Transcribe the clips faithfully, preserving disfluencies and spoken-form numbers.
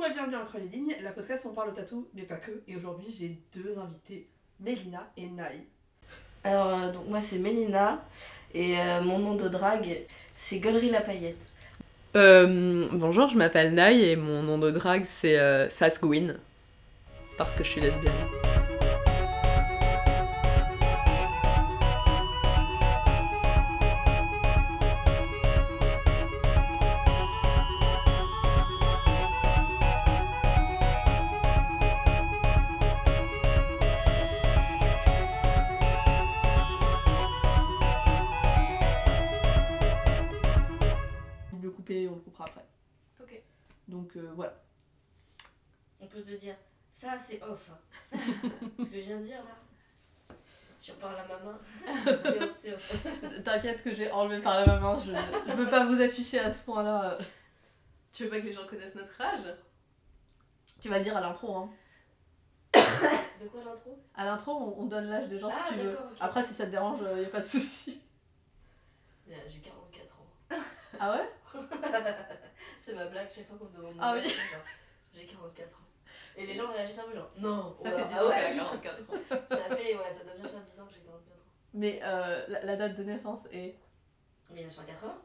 Bonjour et bienvenue dans le Creux des Lignes, la podcast où on parle au tatou, mais pas que. Et aujourd'hui, j'ai deux invités, Mélina et Naï. Alors, euh, donc moi c'est Mélina, et euh, mon nom de drague, c'est Gollery La Paillette. Euh, bonjour, je m'appelle Naï et mon nom de drague c'est euh, Sasgwin, parce que je suis lesbienne. Le couper, on le coupera après. Ok. Donc euh, voilà. On peut te dire, ça c'est off. Hein. Ce que je viens de dire là, si on parle à ma main, c'est off, c'est off. T'inquiète que j'ai enlevé par la main, je, je veux pas vous afficher à ce point-là. Tu veux pas que les gens connaissent notre âge? Tu vas le dire à l'intro, hein. De quoi l'intro? À l'intro, on, on donne l'âge des gens Ah, si tu veux. d'accord, ok. Après, si ça te dérange, y a pas de souci. J'ai quarante-quatre ans. Ah ouais? C'est ma blague chaque fois qu'on me demande. Ah mon oui. âge, genre, j'ai quarante-quatre ans. Et les gens réagissent un peu genre, non. Ça ouais, fait dix ah ans ouais, qu'elle a quarante-quatre ans. Ça fait, ouais, ça doit bien faire dix ans que j'ai quarante-quatre ans. Mais euh, la, la date de naissance est... mille neuf cent quatre-vingts.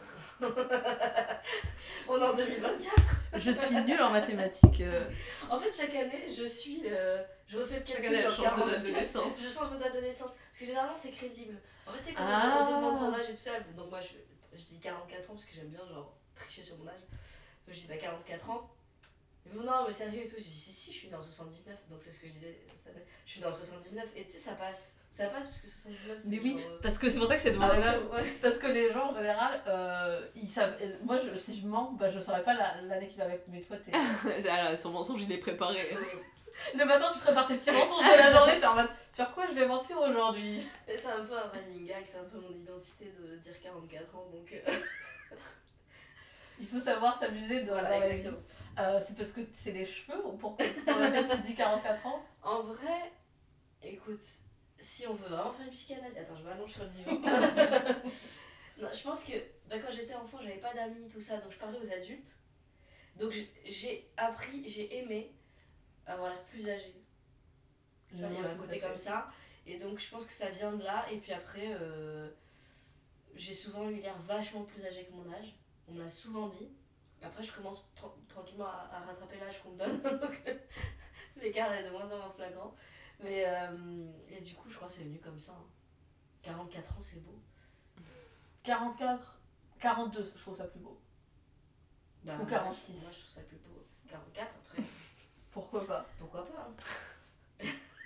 On est en deux mille vingt-quatre. Je suis nulle en mathématiques. euh. En fait, chaque année, je suis. Euh, je refais le Chaque calcul. année, elle genre change de date de quarante-quatre. naissance. Je change de date de naissance. Parce que généralement, c'est crédible. En fait, tu sais, quand Ah. on te demande ton âge et tout ça, donc moi, je, je dis quarante-quatre ans parce que j'aime bien, genre, tricher sur mon âge. Donc, je dis, bah, quarante-quatre ans. Ils me disent, non, mais sérieux et tout. Je dis, si, si, je suis née en soixante-dix-neuf. Donc, c'est ce que je disais cette année. Je suis née en soixante-dix-neuf. Et tu sais, ça passe. Ça passe parce que soixante-dix-neuf, c'est. Mais oui, genre, euh, parce que c'est pour ça que j'ai demandé ah, l'âge. ok, ouais. Parce que les gens en général, euh, ils savent. Moi, je, si je mens, bah, je saurais pas la- l'année qui va avec. Mais toi, t'es. Ah, son mensonge, il est préparé. Le matin, tu prépares tes petits mensonges de la journée, t'es en mode sur quoi je vais mentir aujourd'hui. Et c'est un peu un running gag, c'est un peu mon identité de dire quarante-quatre ans. Donc. Euh... Il faut savoir s'amuser dans, Voilà, dans la vie. exactement. Euh, c'est parce que c'est les cheveux ou pourquoi pour lequel tu dis quarante-quatre ans? En vrai, écoute, si on veut vraiment faire une psychanalyse. Attends, je m'allonge sur le divan. Non, je pense que bah, quand j'étais enfant, j'avais pas d'amis, tout ça, donc je parlais aux adultes. Donc j'ai- j'ai appris, j'ai aimé avoir l'air plus âgé. Tu vois, il y avait un côté comme ça. Et donc je pense que ça vient de là. Et puis après, euh, j'ai souvent eu l'air vachement plus âgé que mon âge. On me l'a souvent dit. Après, je commence tra- tranquillement à, à rattraper l'âge qu'on me donne. Donc l'écart est de moins en moins flagrant. Mais euh, et du coup, je crois que c'est venu comme ça. hein. quarante-quatre ans, c'est beau. quarante-quatre, quarante-deux, je trouve ça plus beau. Bah, Ou quarante-six. Moi, je trouve ça plus beau. quarante-quatre, après, Pourquoi pas? pourquoi pas hein.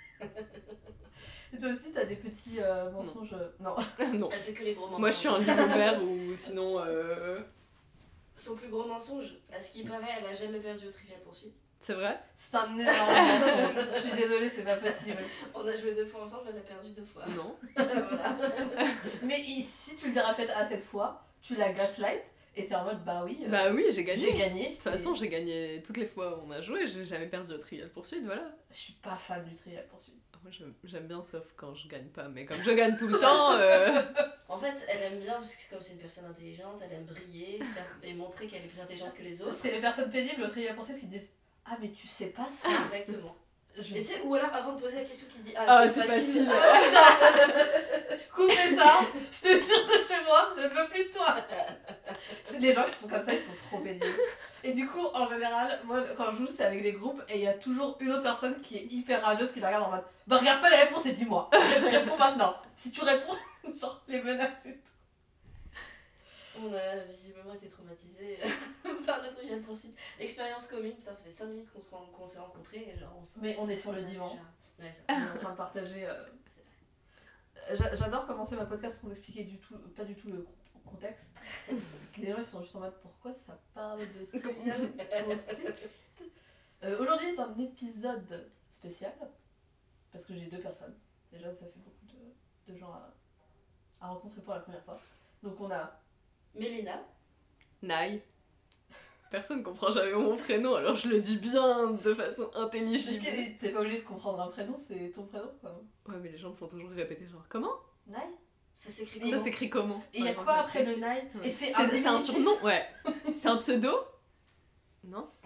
Et toi aussi, t'as des petits euh, mensonges. Non. Non. Elle fait que les gros mensonges. Moi, je suis un livre ouvert ou sinon. Euh... Son plus gros mensonge, à ce qui paraît, elle a jamais perdu au Trivial Poursuite. C'est vrai? C'est un énorme mensonge. Je suis désolée, c'est pas possible. On a joué deux fois ensemble, elle a perdu deux fois. Non. Voilà. Mais si tu le répètes assez de fois, tu la gaslight et t'es en mode bah oui, euh, Bah oui, j'ai gagné. j'ai gagné. De toute façon, j'ai gagné toutes les fois où on a joué, j'ai jamais perdu au Trivial Poursuite, voilà. Je suis pas fan du Trivial Poursuite. Moi, j'aime- j'aime bien, sauf quand je gagne pas, mais comme je gagne tout le temps. Euh... En fait, elle aime bien, parce que comme c'est une personne intelligente, elle aime briller faire, et montrer qu'elle est plus intelligente que les autres. C'est les personnes pénibles au Trivial Poursuite qui disent ah mais tu sais pas ça. Exactement. Je- Et tu sais, ou alors avant de poser la question, qui dit ah, Ah, c'est c'est facile. facile. Coupez ça, je te jure de chez moi, je ne veux plus de toi. C'est des gens qui sont comme ça, ils sont trop pénibles. Et du coup, en général, moi quand je joue, c'est avec des groupes et il y a toujours une autre personne qui est hyper radieuse qui la regarde en mode bah regarde pas les réponses et dis-moi. Réponds maintenant. Si tu réponds, genre les menaces et tout. On a visiblement été traumatisés par le Trivial Poursuite. Expérience commune, putain, ça fait cinq minutes qu'on se ren- qu'on s'est rencontrés et genre on s- Mais on est sur le on a divan. déjà- Ouais, ça- On est en train de partager. euh, j'a- J'adore commencer ma podcast sans expliquer du tout, pas du tout le con- contexte. Les gens ils sont juste en mode pourquoi ça parle de Trivial Poursuite. Euh, Aujourd'hui est un épisode spécial parce que j'ai deux personnes. Déjà ça fait beaucoup de, de gens à, à rencontrer pour la première fois. Donc on a Mélina, Naï. Personne comprend jamais mon prénom, alors je le dis bien de façon intelligible. T'es pas obligé de comprendre un prénom, c'est ton prénom quoi. Ouais, mais les gens me font toujours répéter genre comment? Naï. ça s'écrit Et comment? Ça s'écrit comment? Et il y a Par quoi exemple, après le Naï? Ouais. Et c'est C'est un c'est un diminutif. surnom? Ouais. C'est un pseudo? Non?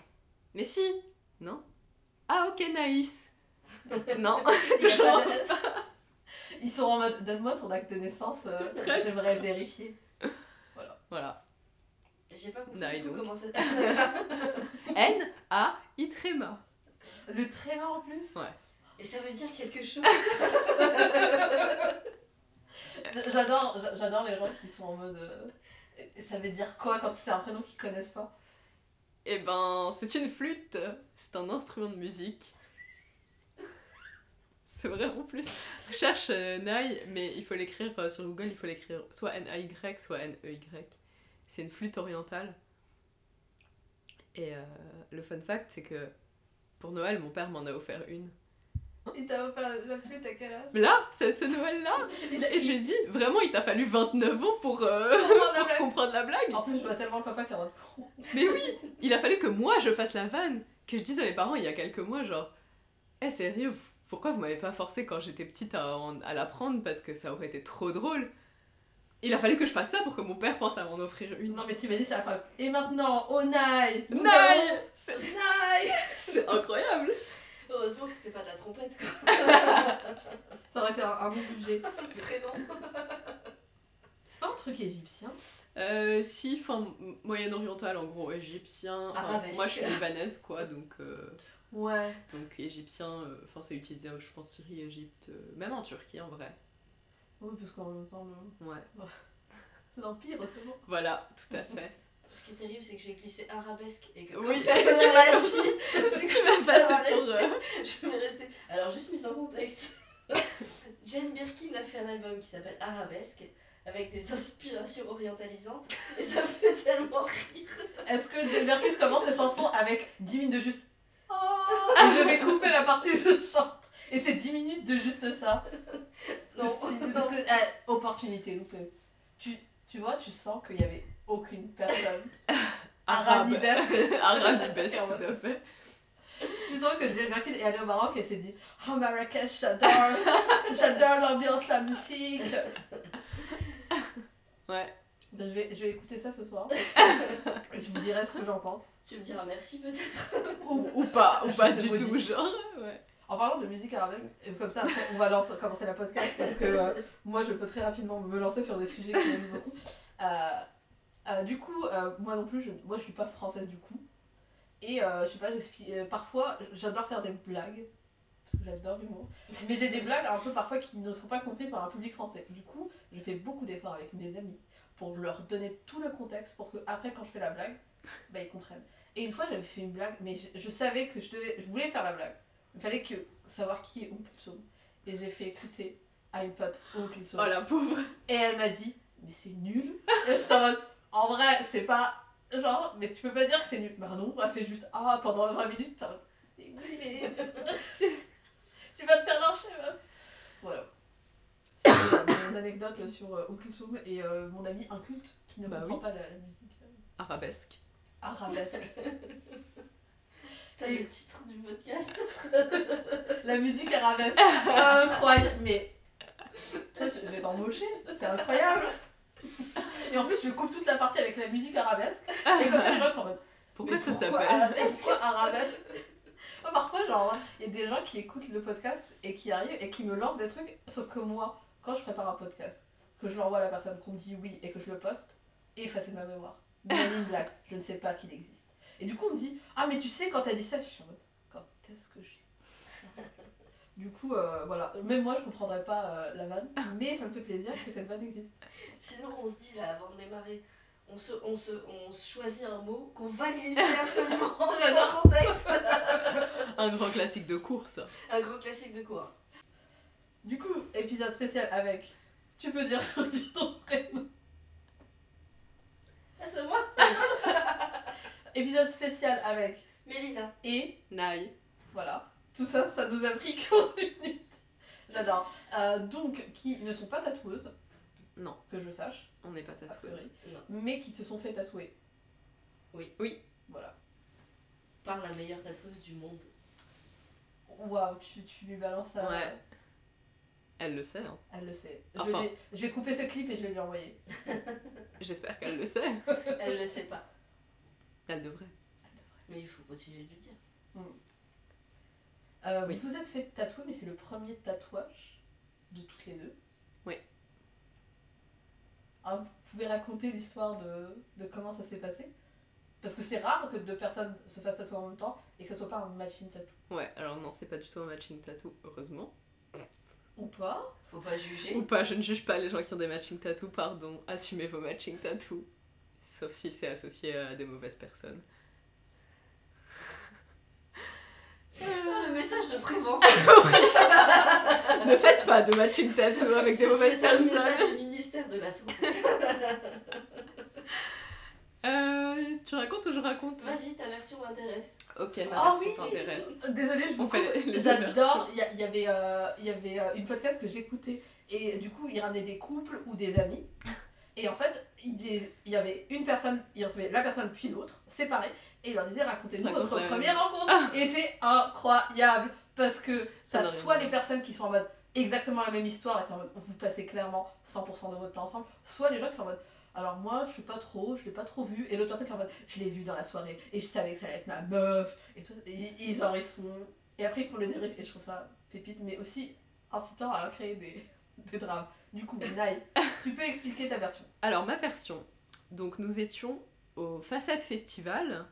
Mais si. Non. Ah ok, Naïs. Non, Il y a toujours. pas de- Ils sont en mode donne-moi ton acte de naissance, euh, Très- j'aimerais vérifier. Voilà. J'ai pas compris Naï, du coup donc. comment ça. N A Itrema. Le tréma en plus. Ouais. Et ça veut dire quelque chose. J'adore, j'a- j'adore les gens qui sont en mode. euh, Ça veut dire quoi quand c'est un prénom qu'ils connaissent pas? Eh ben, c'est une flûte. C'est un instrument de musique. C'est vrai en plus. Je cherche euh, Nai, mais il faut l'écrire euh, sur Google, il faut l'écrire soit N A Y, soit N E Y. C'est une flûte orientale. Et euh, le fun fact, c'est que pour Noël, mon père m'en a offert une. Il t'a offert la flûte à quel âge? Mais là, c'est ce Noël-là. Il a- Et je lui ai dit, vraiment, il t'a fallu vingt-neuf ans pour, euh, comprendre la pour blague. comprendre la blague. En plus, je vois tellement le papa qui est en mode. Mais oui, il a fallu que moi je fasse la vanne, que je dise à mes parents il y a quelques mois, genre, eh sérieux, pourquoi vous m'avez pas forcé quand j'étais petite à, en- à l'apprendre parce que ça aurait été trop drôle. Il a fallu que je fasse ça pour que mon père pense à m'en offrir une. Non, mais t'imagines, c'est incroyable. Et maintenant, au Naï! nous Naï avons- C'est Naï! c'est incroyable. Heureusement que c'était pas de la trompette quoi. Ça aurait été un, un bon budget. Prénom. C'est pas un truc égyptien? Euh, si, fin moyen-oriental en gros, égyptien. Enfin, Arabesque. moi je suis libanaise quoi, donc, euh, Ouais. donc égyptien, euh, enfin c'est utilisé, euh, je pense, Syrie, Égypte, euh, même en Turquie en vrai. Oui, parce qu'en même temps, le- Ouais, l'Empire ottoman. voilà, tout à fait. Ce qui est terrible, c'est que j'ai glissé arabesque et que Oui, comme personne tu n'a m'as- réagi, Tu j'ai vas commencé à passer pour... rester. euh, Je vais rester. Alors, juste mise en contexte. Jane Birkin a fait un album qui s'appelle Arabesque avec des inspirations orientalisantes et ça me fait tellement rire. Est-ce que Jane Birkin commence ses chansons avec dix minutes de juste. Oh, et je vais couper la partie où je chante. Et c'est dix minutes de juste ça. Non. C'est- Parce que, eh, opportunité loupée. Tu, tu vois, tu sens qu'il y avait aucune personne. Arabe. Arabesque. Arabesque, tout à fait. Tu sens que Jane Birkin est allée au Maroc et s'est dit oh Marrakech, j'adore, j'adore l'ambiance, la musique. Ouais. Ben, je, vais, je vais écouter ça ce soir. Et je vous dirai ce que j'en pense. Tu me diras merci peut-être. Ou, ou pas, ou Je pas te du redis. tout, genre. Ouais. En parlant de musique arabesque, et comme ça après on va lancer, commencer la podcast parce que euh, moi je peux très rapidement me lancer sur des sujets que j'aime beaucoup. Euh, euh, du coup, euh, moi non plus, je, moi je suis pas française du coup. Et euh, je sais pas, j'explique. euh, parfois j'adore faire des blagues, parce que j'adore l'humour. Mais j'ai des blagues un peu parfois qui ne sont pas comprises par un public français. Du coup, je fais beaucoup d'efforts avec mes amis pour leur donner tout le contexte pour que après quand je fais la blague, bah ils comprennent. Et une fois j'avais fait une blague, mais je, je savais que je devais, je voulais faire la blague. Il fallait que savoir qui est Umm Kulthum. Et j'ai fait écouter à une pote Umm Kulthum. Oh la pauvre. Et elle m'a dit, mais c'est nul. Et j'étais en mode, en vrai, c'est pas genre, mais tu peux pas dire que c'est nul. Bah non, elle fait juste ah pendant vingt minutes. t'as- Mais oui, mais. Tu vas te faire lyncher, meuf. Voilà. C'est euh, mon anecdote sur euh, Umm Kulthum et euh, mon ami inculte qui ne Bah comprend oui. pas la, la musique euh, Arabesque. arabesque. T'as Et- le titre du podcast. La musique arabesque. Incroyable. Mais toi, je je vais t'embaucher. C'est incroyable. Et en plus, je coupe toute la partie avec la musique arabesque. Et comme ça, les gens sont en mode. Pourquoi Mais ça pourquoi s'appelle arabesque Pourquoi arabesque? Moi, parfois, genre, il y a des gens qui écoutent le podcast et qui arrivent et qui me lancent des trucs. Sauf que moi, quand je prépare un podcast, que je l'envoie à la personne, qu'on me dit oui et que je le poste, effacé de ma mémoire. Même une blague. Je ne sais pas qu'il existe. Et du coup, on me dit ah, mais tu sais, quand t'as dit ça, je suis en mode quand est-ce que je. Du coup, euh, voilà. Même moi, je comprendrais pas euh, la vanne, mais ça me fait plaisir que cette vanne existe. Sinon, on se dit là avant de démarrer, on se, on se, on se choisit un mot qu'on va glisser absolument sans contexte. Un grand classique de course. Un gros classique de cours. Du coup, épisode spécial avec. Tu peux dire, dire ton prénom. Ah, c'est moi. Épisode spécial avec Mélina. et. Naï. Voilà. Tout ça, ça nous a pris quinze minutes. J'adore. Euh, donc, qui ne sont pas tatoueuses, Non, que je sache, on n'est pas a tatoueuse. priori, Non. mais qui se sont fait tatouer. Oui. Oui. Voilà. Par la meilleure tatoueuse du monde. Waouh, tu, tu lui balances ça. Ouais. Elle le sait, hein. Elle le sait. Je, Enfin. vais, je vais couper ce clip et je vais lui envoyer. J'espère qu'elle le sait. Elle le sait pas. Elle devrait. Mais il faut continuer de le dire. Mm. Euh, Oui. Vous vous êtes fait tatouer, mais c'est le premier tatouage de toutes les deux. Oui. Ah, vous pouvez raconter l'histoire de, de comment ça s'est passé? Parce que c'est rare que deux personnes se fassent tatouer en même temps et que ce soit pas un matching tattoo. Ouais, alors non, c'est pas du tout un matching tattoo, heureusement. Ou pas. Faut pas juger. Ou pas, je ne juge pas les gens qui ont des matching tattoos, pardon, assumez vos matching tattoos. Sauf si c'est associé à des mauvaises personnes. Ah, le message de prévention. Ne faites pas de matching tattoo avec des mauvaises C'est un personnes. message du ministère de la Santé. Euh, tu racontes ou je raconte? Vas-y, ta version m'intéresse. Ok, ma Ah version oui. t'intéresse. Désolée, je vous On fait coupe. les deux J'adore. versions. Il y, a- il y avait, euh, il y avait euh, une podcast que j'écoutais et du coup, il ramenait des couples ou des amis. Et en fait, il, les- il y avait une personne, il recevait la personne puis l'autre, séparés, et il leur disait racontez-nous Raconte votre la- première rencontre. Et c'est incroyable parce que Ça t'as n'a rien soit à les voir. personnes qui sont en mode exactement la même histoire, et t'es en mode, vous passez clairement cent pour cent de votre temps ensemble, soit les gens qui sont en mode alors moi je sais pas trop, je l'ai pas trop vu, et l'autre personne qui est en mode je l'ai vu dans la soirée et je savais que ça allait être ma meuf, et, tout, et, et genre ils sont. Et après ils font le débrief, et je trouve ça pépite, mais aussi incitant à créer des, des drames. Du coup, Naï, tu peux expliquer ta version. Alors, ma version. Donc, nous étions au Facette Festival,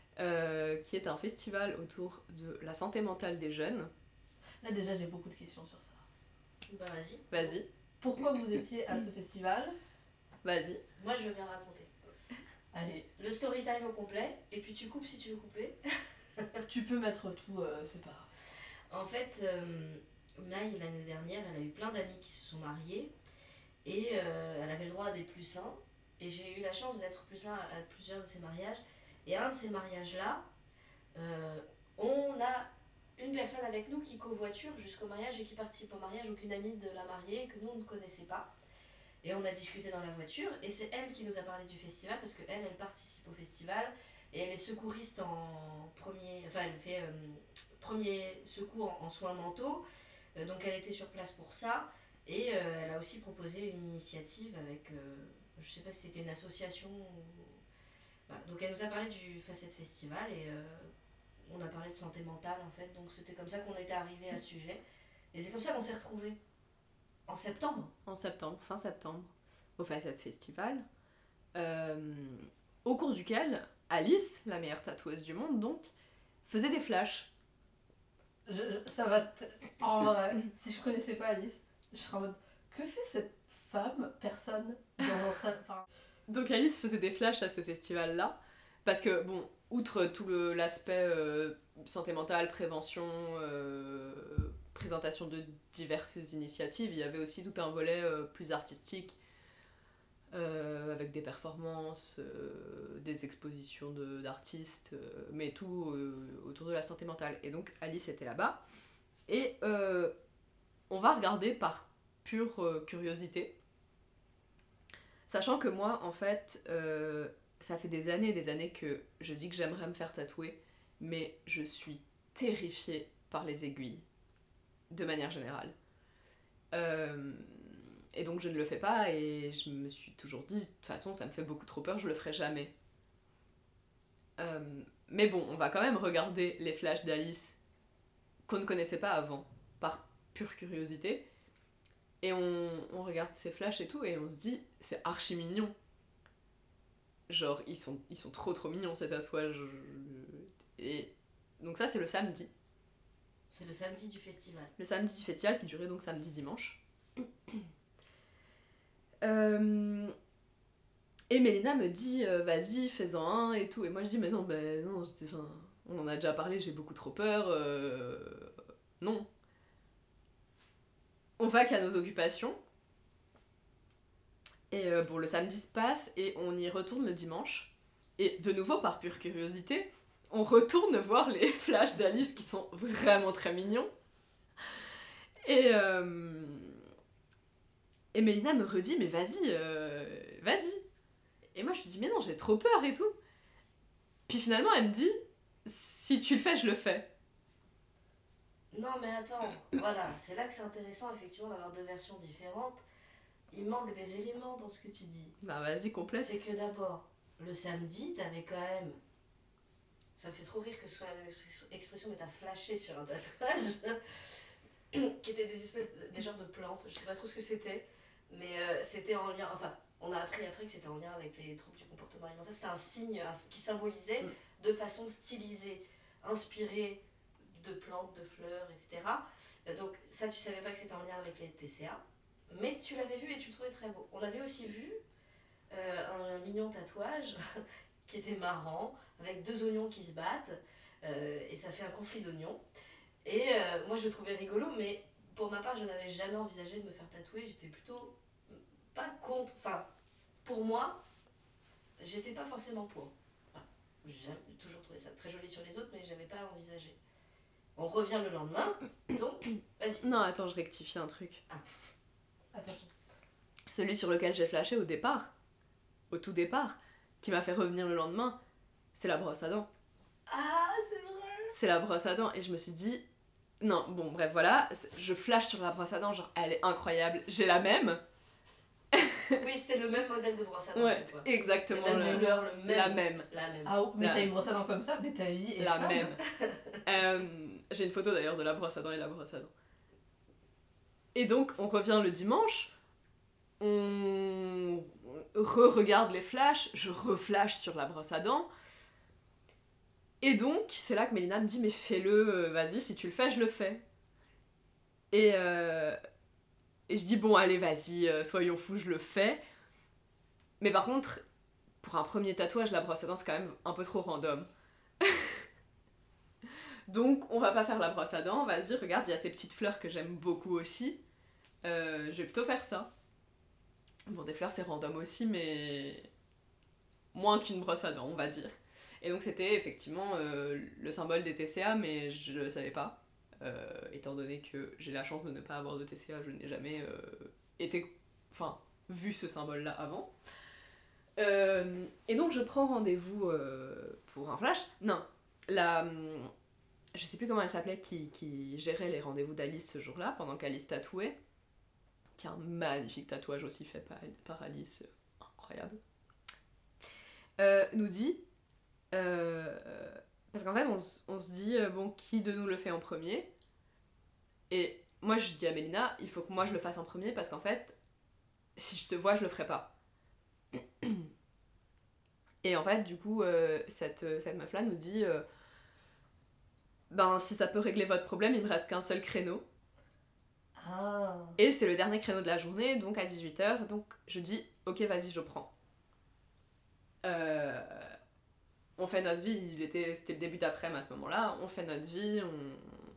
euh, qui est un festival autour de la santé mentale des jeunes. Là déjà j'ai beaucoup de questions sur ça. Bah vas-y. Vas-y, Pourquoi vous étiez à ce festival? vas-y. Moi je veux bien raconter. Allez, Le story time au complet, et puis tu coupes si tu veux couper. tu peux mettre tout, euh, c'est pas grave. En fait, euh, Maï, l'année dernière, elle a eu plein d'amis qui se sont mariés. Et euh, elle avait le droit à des plus un. Et j'ai eu la chance d'être plus un à plusieurs de ces mariages. Et un de ces mariages-là, euh, on a une personne avec nous qui covoiture jusqu'au mariage et qui participe au mariage, aucune amie de la mariée que nous on ne connaissait pas. Et on a discuté dans la voiture, et c'est elle qui nous a parlé du festival, parce qu'elle, elle participe au festival, et elle est secouriste en premier, enfin elle fait euh, premier secours en soins mentaux, euh, donc elle était sur place pour ça, et euh, elle a aussi proposé une initiative avec, euh, je sais pas si c'était une association, ou... voilà. Donc elle nous a parlé du Facette Festival, et euh, on a parlé de santé mentale en fait, donc c'était comme ça qu'on était arrivé à ce sujet, et c'est comme ça qu'on s'est retrouvés. En septembre. En septembre, fin septembre, au Facette Festival, euh, au cours duquel Alice, la meilleure tatoueuse du monde donc, faisait des flashs. Je, je- ça va. t- En vrai, si je connaissais pas Alice, je serais en mode que fait cette femme, personne, dans un salon. Enfin, Donc Alice faisait des flashs à ce festival-là, parce que, bon, outre tout le- l'aspect euh, santé mentale, prévention, euh, présentation de diverses initiatives, il y avait aussi tout un volet euh, plus artistique, euh, avec des performances, euh, des expositions de- d'artistes, euh, mais tout euh, autour de la santé mentale. Et donc Alice était là-bas, et euh, on va regarder par pure euh, curiosité, sachant que moi, en fait, euh, ça fait des années et des années que je dis que j'aimerais me faire tatouer, mais je suis terrifiée par les aiguilles, de manière générale. Euh, et donc je ne le fais pas, et je me suis toujours dit, de toute façon, ça me fait beaucoup trop peur, je le ferai jamais. Euh, mais bon, on va quand même regarder les flashs d'Alice qu'on ne connaissait pas avant, par pure curiosité. Et on, on regarde ces flashs et tout, et on se dit, c'est archi mignon. Genre, ils sont, ils sont trop trop mignons ces tatouages. Et donc ça, c'est le samedi. C'est le samedi du festival. Le samedi du festival qui durait donc samedi-dimanche. Euh, et Mélina me dit, euh, vas-y, fais-en un et tout. Et moi je dis, mais non, ben non, c'est- enfin, on en a déjà parlé, j'ai beaucoup trop peur. euh, Non. On va qu'à nos occupations. Et euh, bon, le samedi se passe et on y retourne le dimanche. Et de nouveau, par pure curiosité, on retourne voir les flashs d'Alice qui sont vraiment très mignons. Et, euh, et Mélina me redit, mais vas-y, euh, vas-y. Et moi je lui dis, mais non, j'ai trop peur et tout. Puis finalement, elle me dit, si tu le fais, je le fais. Non mais attends, voilà, c'est là que c'est intéressant effectivement d'avoir deux versions différentes. Il manque des éléments dans ce que tu dis. Bah vas-y, complète. C'est que d'abord, le samedi, t'avais quand même ça me fait trop rire que ce soit l'expression mais t'as flashé sur un tatouage, qui étaient des espèces, de, des genres de plantes, je sais pas trop ce que c'était, mais euh, c'était en lien, enfin, on a appris après que c'était en lien avec les troubles du comportement alimentaire, c'était un signe un, qui symbolisait mm. de façon stylisée, inspirée de plantes, de fleurs, et cetera. Donc ça, tu savais pas que c'était en lien avec les T C A, mais tu l'avais vu et tu le trouvais très beau. On avait aussi vu euh, un mignon tatouage qui était marrant, avec deux oignons qui se battent, euh, et ça fait un conflit d'oignons. Et euh, moi je le trouvais rigolo, mais pour ma part je n'avais jamais envisagé de me faire tatouer, j'étais plutôt pas contre, enfin pour moi, j'étais pas forcément pour. Enfin, j'ai toujours trouvé ça très joli sur les autres, mais j'avais pas envisagé. On revient le lendemain, donc vas-y. Non, attends, je rectifie un truc. Ah. Attention. Celui sur lequel j'ai flashé au départ, au tout départ, qui m'a fait revenir le lendemain, c'est la brosse à dents. Ah, c'est vrai. C'est la brosse à dents, et je me suis dit, non, bon, bref, voilà, je flash sur la brosse à dents, genre, elle est incroyable, j'ai la même. Oui, c'était le même modèle de brosse à dents. Ouais, c'était exactement la même couleur, le même. La même. La même. Ah, mais la... t'as une brosse à dents comme ça, mais ta vie est La femme. même. euh, j'ai une photo d'ailleurs de la brosse à dents et la brosse à dents. Et donc, on revient le dimanche, on re-regarde les flashs, je reflash sur la brosse à dents. Et donc, c'est là que Mélina me dit, mais fais-le, vas-y, si tu le fais, je le fais. Et, euh, et je dis, bon, allez, vas-y, euh, soyons fous, je le fais. Mais par contre, pour un premier tatouage, la brosse à dents, c'est quand même un peu trop random. Donc, on va pas faire la brosse à dents, vas-y, regarde, il y a ces petites fleurs que j'aime beaucoup aussi. Euh, je vais plutôt faire ça. Bon, des fleurs, c'est random aussi, mais moins qu'une brosse à dents, on va dire. Et donc, c'était effectivement euh, le symbole des T C A, mais je le savais pas. Euh, étant donné que j'ai la chance de ne pas avoir de T C A, je n'ai jamais euh, été, enfin, vu ce symbole-là avant. Euh, et donc, je prends rendez-vous euh, pour un flash. Non, la... Je sais plus comment elle s'appelait, qui, qui gérait les rendez-vous d'Alice ce jour-là, pendant qu'Alice tatouait, qui a un magnifique tatouage aussi fait par, par Alice, incroyable, euh, nous dit, euh, parce qu'en fait on, on se dit, euh, bon, qui de nous le fait en premier? Et moi je dis à Mélina, il faut que moi je le fasse en premier, parce qu'en fait, si je te vois, je le ferai pas. Et en fait, du coup, euh, cette, cette meuf-là nous dit... Euh, ben si ça peut régler votre problème, il me reste qu'un seul créneau. Ah. Et c'est le dernier créneau de la journée, donc à dix-huit heures, donc je dis, ok, vas-y, je prends. Euh, on fait notre vie, il était, c'était le début d'après-midi à ce moment-là, on fait notre vie, on...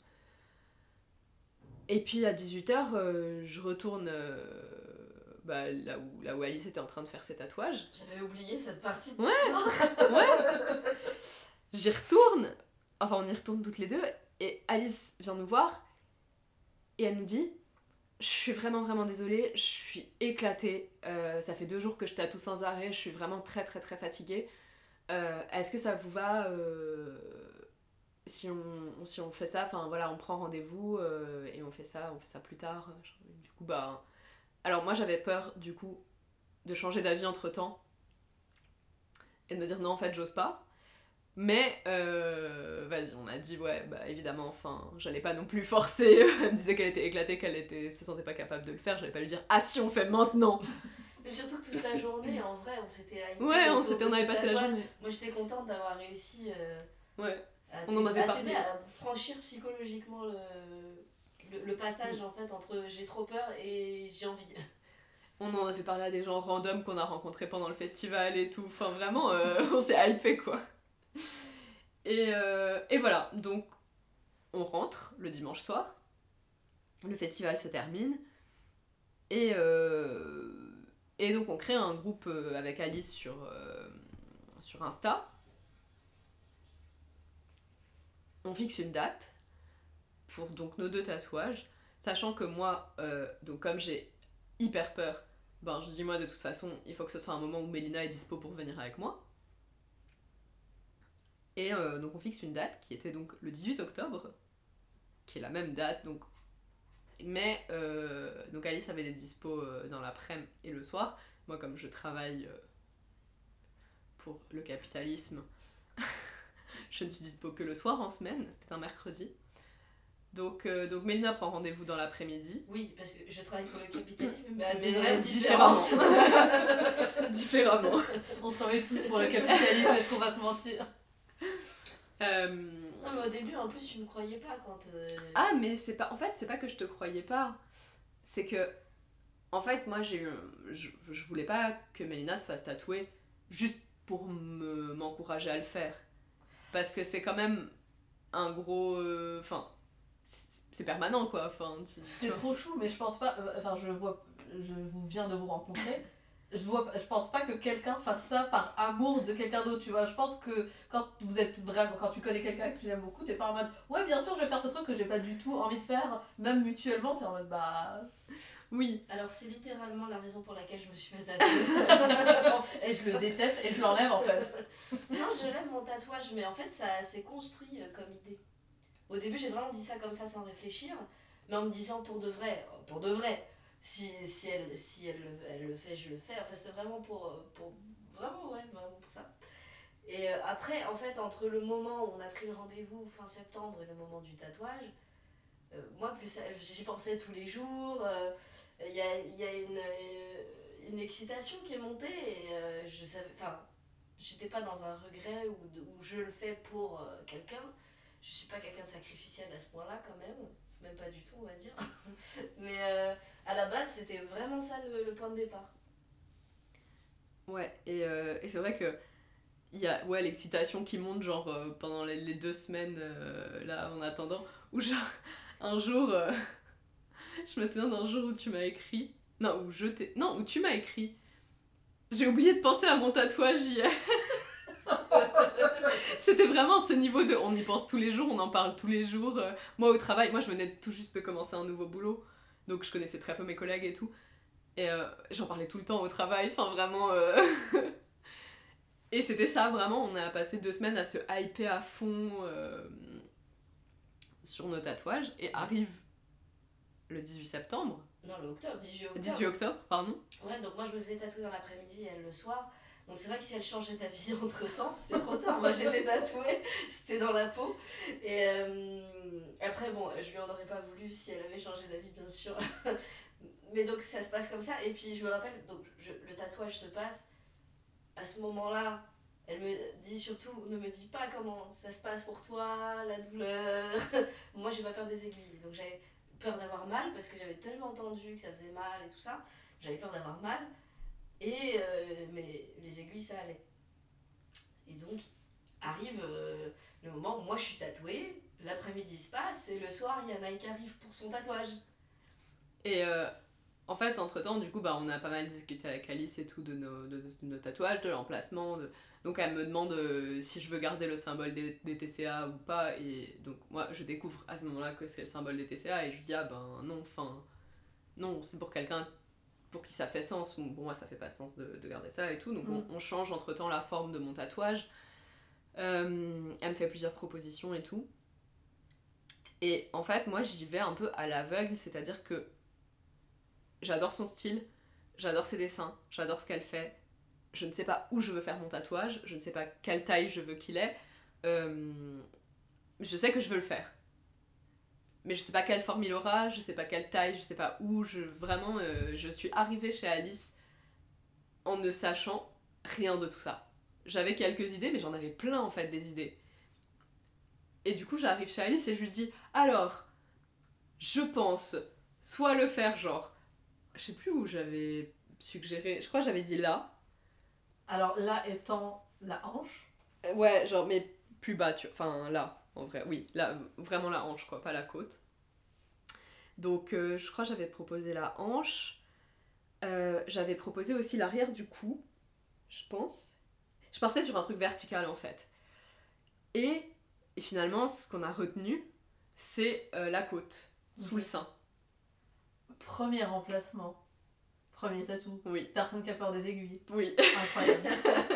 Et puis à dix-huit heures, euh, je retourne euh, bah, là, où, là où Alice était en train de faire ses tatouages. J'avais oublié cette partie de ouais. l'histoire. Ouais. J'y retourne. Enfin, on y retourne toutes les deux, et Alice vient nous voir, et elle nous dit, je suis vraiment vraiment désolée, je suis éclatée, euh, ça fait deux jours que je tatoue sans arrêt, je suis vraiment très très très fatiguée, euh, est-ce que ça vous va euh, si, on, si on fait ça, enfin voilà, on prend rendez-vous, euh, et on fait ça, on fait ça plus tard. Du coup, bah... Alors moi j'avais peur, du coup, de changer d'avis entre-temps, et de me dire, non, en fait, j'ose pas. Mais, euh, vas-y, on a dit, ouais, bah évidemment, enfin, j'allais pas non plus forcer. Elle me disait qu'elle était éclatée, qu'elle était, se sentait pas capable de le faire, j'allais pas lui dire, ah si, on fait maintenant. Mais surtout que toute la journée, en vrai, on s'était hypé. Ouais, on, s'était, on avait passé la journée. Moi, j'étais contente d'avoir réussi euh, ouais. à, on en avait à parlé. t'aider à franchir psychologiquement le, le, le passage, en fait, entre j'ai trop peur et j'ai envie. On en avait parlé à des gens random qu'on a rencontrés pendant le festival et tout. Enfin, vraiment, euh, on s'est hypé, quoi. Et, euh, et voilà, donc on rentre le dimanche soir, le festival se termine, et, euh, et donc on crée un groupe avec Alice sur, euh, sur Insta. On fixe une date pour donc nos deux tatouages, sachant que moi, euh, donc comme j'ai hyper peur, ben je dis moi de toute façon, il faut que ce soit un moment où Mélina est dispo pour venir avec moi. Et euh, donc on fixe une date qui était donc le dix-huit octobre, qui est la même date, donc... mais euh, donc Alice avait des dispos euh, dans l'après-midi et le soir. Moi, comme je travaille euh, pour le capitalisme, je ne suis dispo que le soir en semaine, c'était un mercredi. Donc, euh, donc Mélina prend rendez-vous dans l'après-midi. Oui, parce que je travaille pour le capitalisme, mais à Mais des horaires différemment. différentes. Différemment. On travaille tous pour le capitalisme, est-ce qu'on va se mentir? Euh... Non, mais au début, en plus, tu me croyais pas quand. Euh... Ah, mais c'est pas. En fait, c'est pas que je te croyais pas. C'est que. En fait, moi, j'ai eu. Je, je voulais pas que Mélina se fasse tatouer juste pour me, m'encourager à le faire. Parce que c'est quand même un gros. Enfin. Euh, c'est, c'est permanent, quoi. Enfin, tu... C'est trop chou, mais je pense pas. Enfin, je vois. Je vous viens de vous rencontrer. Je, vois, je pense pas que quelqu'un fasse ça par amour de quelqu'un d'autre, tu vois. Je pense que quand vous êtes vraiment, quand tu connais quelqu'un que tu l'aimes beaucoup, t'es pas en mode ouais, bien sûr, je vais faire ce truc que j'ai pas du tout envie de faire, même mutuellement, t'es en mode bah. Oui. Alors, c'est littéralement la raison pour laquelle je me suis fait tatouer. Et je le déteste et je l'enlève en fait. Non, je l'aime mon tatouage, mais en fait, ça s'est construit comme idée. Au début, j'ai vraiment dit ça comme ça sans réfléchir, mais en me disant pour de vrai, pour de vrai. Si, si, elle, si elle, elle le fait, je le fais. Enfin, c'était vraiment pour, pour... Vraiment, ouais, vraiment pour ça. Et euh, après, en fait, entre le moment où on a pris le rendez-vous, fin septembre, et le moment du tatouage, euh, moi, plus j'y pensais tous les jours. Il euh, y, a, y a une, euh, une excitation qui est montée. Et euh, je savais... Enfin, j'étais pas dans un regret où, où je le fais pour euh, quelqu'un. Je suis pas quelqu'un de sacrificiel à ce point-là, quand même. Même pas du tout, on va dire. Mais euh, à la base, c'était vraiment ça le, le point de départ. Ouais, et, euh, et c'est vrai que il y a ouais, l'excitation qui monte genre euh, pendant les, les deux semaines euh, là en attendant. Ou genre un jour, euh, je me souviens d'un jour où tu m'as écrit. Non, où je t'ai. Non, où tu m'as écrit. J'ai oublié de penser à mon tatouage hier. C'était vraiment ce niveau de on y pense tous les jours, on en parle tous les jours. Euh, moi au travail, moi je venais tout juste de commencer un nouveau boulot, donc je connaissais très peu mes collègues et tout. Et euh, j'en parlais tout le temps au travail, enfin vraiment. Euh... et c'était ça, vraiment, on a passé deux semaines à se hyper à fond euh, sur nos tatouages. Et arrive le dix-huit septembre. Non, le octobre, dix-huit octobre. dix-huit octobre, pardon. Ouais, donc moi je me faisais tatouer dans l'après-midi et elle le soir. Donc c'est vrai que si elle changeait d'avis entre temps, c'était trop tard. Moi j'étais tatouée, c'était dans la peau. Et euh, après, bon, je lui en aurais pas voulu si elle avait changé d'avis, bien sûr. Mais donc ça se passe comme ça. Et puis je me rappelle, donc je, le tatouage se passe. À ce moment-là, elle me dit surtout, ne me dis pas comment ça se passe pour toi, la douleur. Moi j'ai pas peur des aiguilles. Donc j'avais peur d'avoir mal parce que j'avais tellement entendu que ça faisait mal et tout ça. J'avais peur d'avoir mal. Et euh, mais les aiguilles ça allait. Et donc arrive euh, le moment où moi je suis tatouée, l'après-midi se passe et le soir il y en a qui arrive pour son tatouage. Et euh, en fait entre temps du coup bah, on a pas mal discuté avec Alice et tout de nos, de, de nos tatouages, de l'emplacement. De... Donc elle me demande euh, si je veux garder le symbole des, des T C A ou pas. Et donc moi je découvre à ce moment-là que c'est le symbole des T C A et je dis ah ben non, enfin non, c'est pour quelqu'un pour qui ça fait sens, bon, moi ça fait pas sens de, de garder ça et tout, donc mm. on, on change entre temps la forme de mon tatouage. Euh, elle me fait plusieurs propositions et tout. Et en fait, moi j'y vais un peu à l'aveugle, c'est-à-dire que j'adore son style, j'adore ses dessins, j'adore ce qu'elle fait. Je ne sais pas où je veux faire mon tatouage, je ne sais pas quelle taille je veux qu'il ait. Euh, je sais que je veux le faire. Mais je sais pas quelle forme il aura, je sais pas quelle taille, je sais pas où, je, vraiment, euh, je suis arrivée chez Alice en ne sachant rien de tout ça. J'avais quelques idées, mais j'en avais plein en fait des idées. Et du coup, j'arrive chez Alice et je lui dis, alors, je pense soit le faire genre, je sais plus où j'avais suggéré, je crois que j'avais dit là. Alors là étant la hanche. Ouais, genre, mais plus bas, tu... enfin là. En vrai, oui, là, vraiment la hanche, quoi, pas la côte. Donc, euh, je crois que j'avais proposé la hanche. Euh, j'avais proposé aussi l'arrière du cou, je pense. Je partais sur un truc vertical, en fait. Et, et finalement, ce qu'on a retenu, c'est euh, la côte, sous mmh. le sein. Premier emplacement. Premier tatou. Oui. Personne qui a peur des aiguilles. Oui. Incroyable.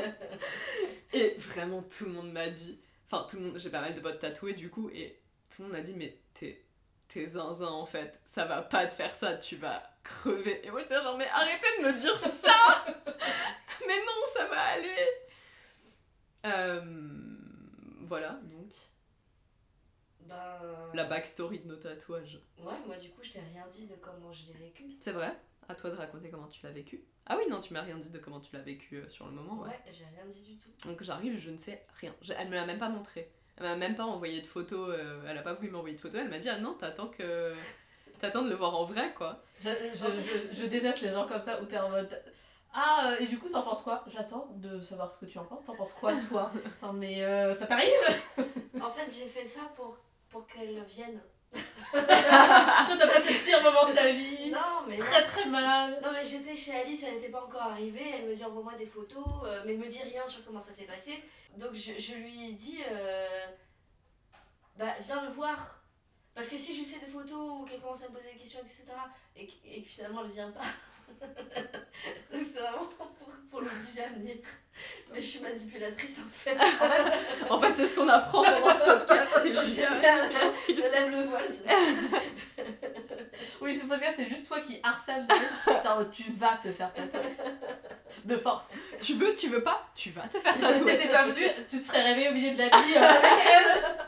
Et vraiment, tout le monde m'a dit... Enfin, tout le monde, j'ai pas mal de potes tatoués du coup, et tout le monde m'a dit, mais t'es, t'es zinzin en fait, ça va pas te faire ça, tu vas crever. Et moi j'étais genre, mais arrêtez de me dire ça. Mais non, ça va aller. Euh, voilà, donc. Ben... La backstory de nos tatouages. Ouais, moi du coup, je t'ai rien dit de comment je l'ai vécu. C'est vrai? À toi de raconter comment tu l'as vécu. Ah oui, non, tu m'as rien dit de comment tu l'as vécu euh, sur le moment. Ouais, Ouais, j'ai rien dit du tout. Donc j'arrive, je ne sais rien. Je- Elle me l'a même pas montré. Elle m'a même pas envoyé de photos. euh, elle a pas voulu m'envoyer de photos. Elle m'a dit, ah non, t'attends que... T'attends de le voir en vrai, quoi. Je, je, je, je déteste les gens comme ça où t'es en mode. Ah, euh, et du coup, t'en penses quoi? J'attends de savoir ce que tu en penses. T'en penses quoi, toi? Attends, mais euh, ça t'arrive? En fait, j'ai fait ça pour, pour qu'elle vienne. Toi, t'as passé le pire moment de ta vie. Non, mais Très non. très mal. Non, mais j'étais chez Alice, elle n'était pas encore arrivée. Elle me dit envoie-moi des photos, euh, mais elle me dit rien sur comment ça s'est passé. Donc je, je lui ai dit euh, bah viens le voir. Parce que si je lui fais des photos ou qu'elle commence à me poser des questions, et cetera, et que, et que finalement elle vient pas. Donc c'est vraiment pour, pour l'obliger à venir. Mais je suis manipulatrice en fait. En fait, c'est ce qu'on apprend pendant ce podcast. C'est génial. Ça lève le voile. c'est- Oui, ce podcast, c'est juste toi qui harcèle. T'es en mode, tu vas te faire tatouer. De force. Tu veux, tu veux pas, tu vas te faire Si tatouer. t'étais pas venu, tu te serais réveillé au milieu de la nuit euh, avec elle.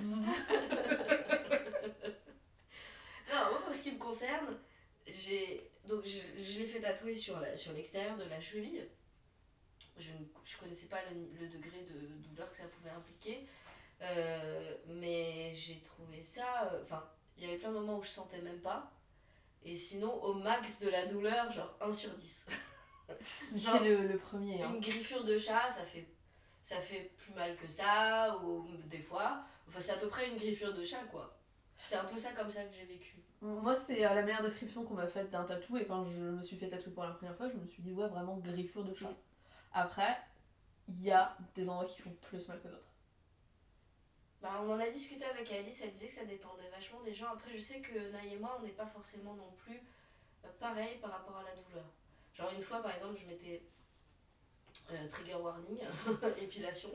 Non, moi, pour ce qui me concerne, j'ai donc je, je l'ai fait tatouer sur la, sur l'extérieur de la cheville. Je ne je connaissais pas le, le degré de douleur que ça pouvait impliquer, euh, mais j'ai trouvé ça. Enfin, euh, il y avait plein de moments où je sentais même pas, et sinon au max de la douleur, genre un sur dix. C'est le, le premier. Hein. Une griffure de chat, ça fait ça fait plus mal que ça, ou des fois. Enfin, c'est à peu près une griffure de chat, quoi. C'était un peu ça comme ça que j'ai vécu. Moi, c'est euh, la meilleure description qu'on m'a faite d'un tatou, et quand je me suis fait tatouer pour la première fois, je me suis dit, ouais, vraiment griffure de chat. Après, il y a des endroits qui font plus mal que d'autres. Bah, on en a discuté avec Alice, elle disait que ça dépendait vachement des gens. Après, je sais que Naï et moi, on n'est pas forcément non plus euh, pareil par rapport à la douleur. Genre, une fois, par exemple, je m'étais. Euh, trigger warning, épilation.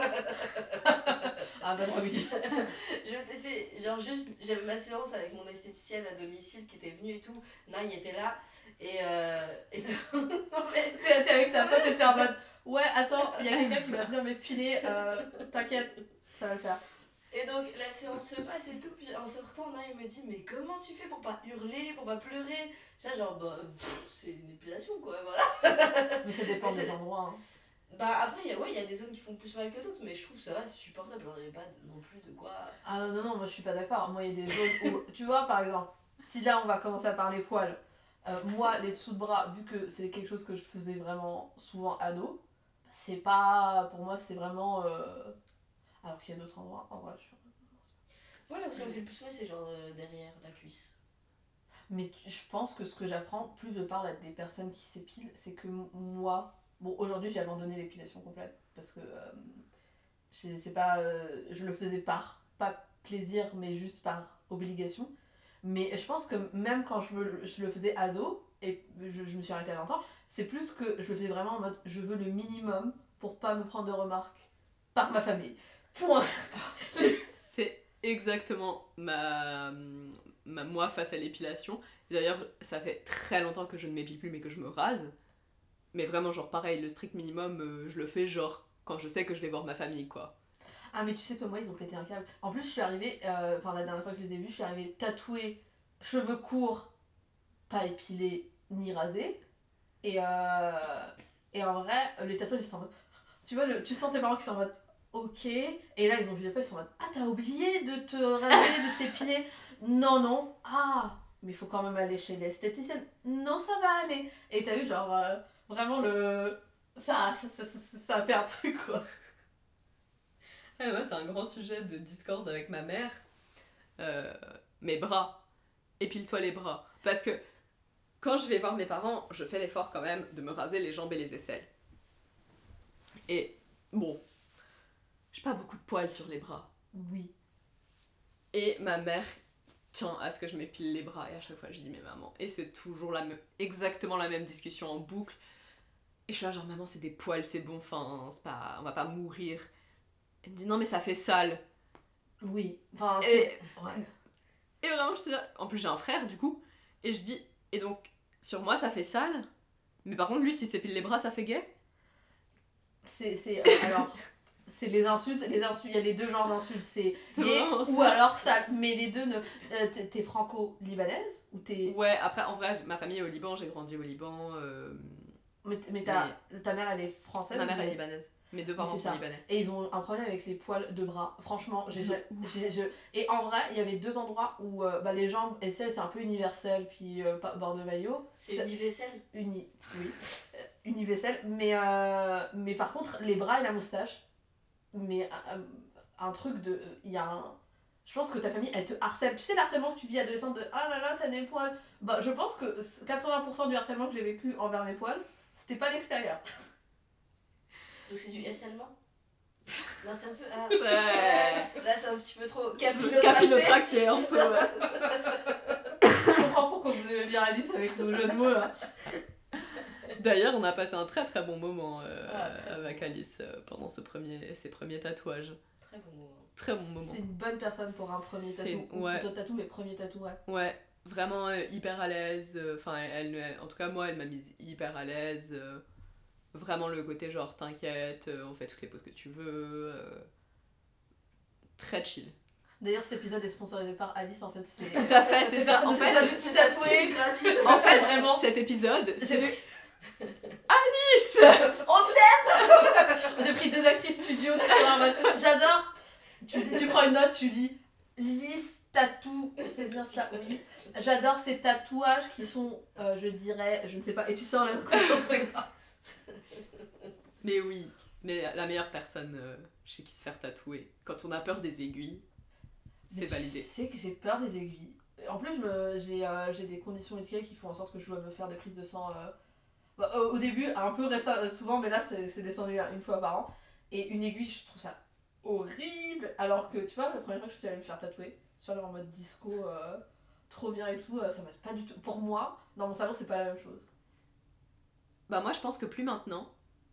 Ah, bah oui. Je m'étais fait, genre, juste, j'avais ma séance avec mon esthéticienne à domicile qui était venue et tout. Naï était là. Et. Euh, et T'es t'es avec ta pote et t'es en mode, ouais, attends, il y a quelqu'un qui va venir m'épiler, euh, t'inquiète, ça va le faire. Et donc la séance se passe et tout, puis en sortant, Naï me dit, mais comment tu fais pour pas hurler, pour pas pleurer? J'ai genre, bah, pff, c'est une épilation quoi, voilà. Mais ça dépend Mais c'est- des endroits. Hein. Bah après, il y a- ouais, il y a des zones qui font plus mal que d'autres, mais je trouve que ça va, c'est supportable, genre, il n'y a pas non plus de quoi. Ah non, non, moi je suis pas d'accord. Moi, il y a des zones où, tu vois, par exemple, si là on va commencer à parler poils, euh, moi, les dessous de bras, vu que c'est quelque chose que je faisais vraiment souvent ado, c'est pas. Pour moi, c'est vraiment. Euh... Alors qu'il y a d'autres endroits, en vrai, je suis. Ouais, là où ça me fait le plus mal, c'est genre euh, derrière la cuisse. Mais tu- je pense que ce que j'apprends, plus je parle à des personnes qui s'épilent, c'est que m- moi, bon aujourd'hui j'ai abandonné l'épilation complète parce que euh, j'ai- c'est pas, euh, je le faisais par pas plaisir mais juste par obligation. Mais je pense que même quand je, me, je le faisais ado et je, je me suis arrêtée à vingt ans, c'est plus que je le faisais vraiment en mode je veux le minimum pour pas me prendre de remarques par ma famille. Point. C'est exactement ma, ma moi face à l'épilation. D'ailleurs, ça fait très longtemps que je ne m'épile plus mais que je me rase. Mais vraiment, genre pareil, le strict minimum, euh, je le fais genre quand je sais que je vais voir ma famille, quoi. Ah mais tu sais que moi ils ont pété un câble. En plus je suis arrivée, euh, enfin la dernière fois que je les ai vus, je suis arrivée tatouée, cheveux courts, pas épilés ni rasés. Et, euh, et en vrai, les tatouages ils sont en mode... Tu vois, le, tu sens tes parents qui sont en mode ok. Et là ils ont vu les pas, ils sont en mode ah t'as oublié de te raser, de t'épiler. Non, non. Ah mais il faut quand même aller chez l'esthéticienne. Non ça va aller. Et t'as eu genre euh, vraiment le... Ça, ça, ça, ça, ça a fait un truc quoi. Ah, moi, c'est un grand sujet de discorde avec ma mère. Euh, mes bras. Épile-toi les bras. Parce que quand je vais voir mes parents, je fais l'effort quand même de me raser les jambes et les aisselles. Et bon, j'ai pas beaucoup de poils sur les bras. Oui. Et ma mère tient à ce que je m'épile les bras. Et à chaque fois, je dis, mais maman. Et c'est toujours la même, exactement la même discussion en boucle. Et je suis là, genre, maman, c'est des poils, c'est bon, enfin, c'est pas, on va pas mourir. Elle me dit, non, mais ça fait sale. Oui. Enfin, Et, c'est... Ouais. et vraiment, je suis là. En plus, j'ai un frère, du coup. Et je dis, et donc, sur moi, ça fait sale. Mais par contre, lui, s'il s'épile les bras, ça fait gay. C'est, c'est, euh, alors, c'est les insultes, les insultes, il y a les deux genres d'insultes, c'est C'est gay vraiment ou ça. alors ça, mais les deux ne... euh, t'es, t'es franco-libanaise ou t'es... Ouais, après, en vrai, j- ma famille est au Liban, j'ai grandi au Liban. euh, Mais, mais, ta, ta mère elle est française Ma ou mère est libanaise? libanaise. Mes deux parents c'est sont ça. libanais. Et ils ont un problème avec les poils de bras. Franchement, j'ai, De j'ai, j'ai- je- et en vrai, il y avait deux endroits où euh, bah, les jambes, et ça c'est un peu universel, puis euh, pas- bord de maillot. C'est Ça- universel. Uni, oui, euh, universel. Mais, euh, mais par contre, les bras et la moustache, mais euh, un truc de. Il y a un. Je pense que ta famille, elle te harcèle. Tu sais, l'harcèlement que tu vis adolescente de ah là là, t'as des poils. Bah, je pense que quatre-vingts pour cent du harcèlement que j'ai vécu envers mes poils, c'était pas l'extérieur. Donc c'est du harcèlement. Non, c'est un peu. Ah, C'est- là, c'est un petit peu trop Capillotracté, un peu, ouais. Je comprends pourquoi vous aimez bien Alice avec nos jeux de mots là. D'ailleurs, on a passé un très très bon moment euh, Ah, très avec bon. Alice euh, pendant ce premier, ses premiers tatouages. Très bon moment. Très bon moment. C'est une bonne personne pour un premier C'est- tatou. Ou ouais. plutôt tatou, mais premier tatou, ouais. Ouais, vraiment euh, hyper à l'aise. Enfin, elle, elle- en tout cas, moi, elle m'a mise hyper à l'aise. euh, vraiment le côté genre, t'inquiète, euh, on fait toutes les poses que tu veux. euh, très chill. D'ailleurs, cet épisode est sponsorisé par Alice, en fait. C'est... Tout à fait, c'est ça. En personne fait, s'est c'est tatoué. tatoué gratuit. En fait, Vraiment. cet épisode, J'ai c'est vu- Alice. On J'ai pris deux actrices studio qui sont en mode j'adore. Tu, tu prends une note, tu lis Lise tatou, c'est bien ça, oui. J'adore ces tatouages qui sont, euh, je dirais, je ne sais pas, et tu sors la très grave. Mais oui, mais la meilleure personne euh, chez qui se faire tatouer, quand on a peur des aiguilles, c'est Mais validé. Tu sais que j'ai peur des aiguilles. En plus, je me, j'ai, euh, j'ai des conditions médicales qui font en sorte que je dois me faire des prises de sang. Euh, bah, au au début, un peu récem- euh, souvent, mais là, c'est, c'est descendu à une fois par an. Et une aiguille, je trouve ça horrible. Alors que, tu vois, la première fois que je suis allée me faire tatouer, sur le en mode disco, euh, trop bien et tout, euh, ça m'a pas du tout. Pour moi, dans mon salon, c'est pas la même chose. Bah moi je pense que plus maintenant,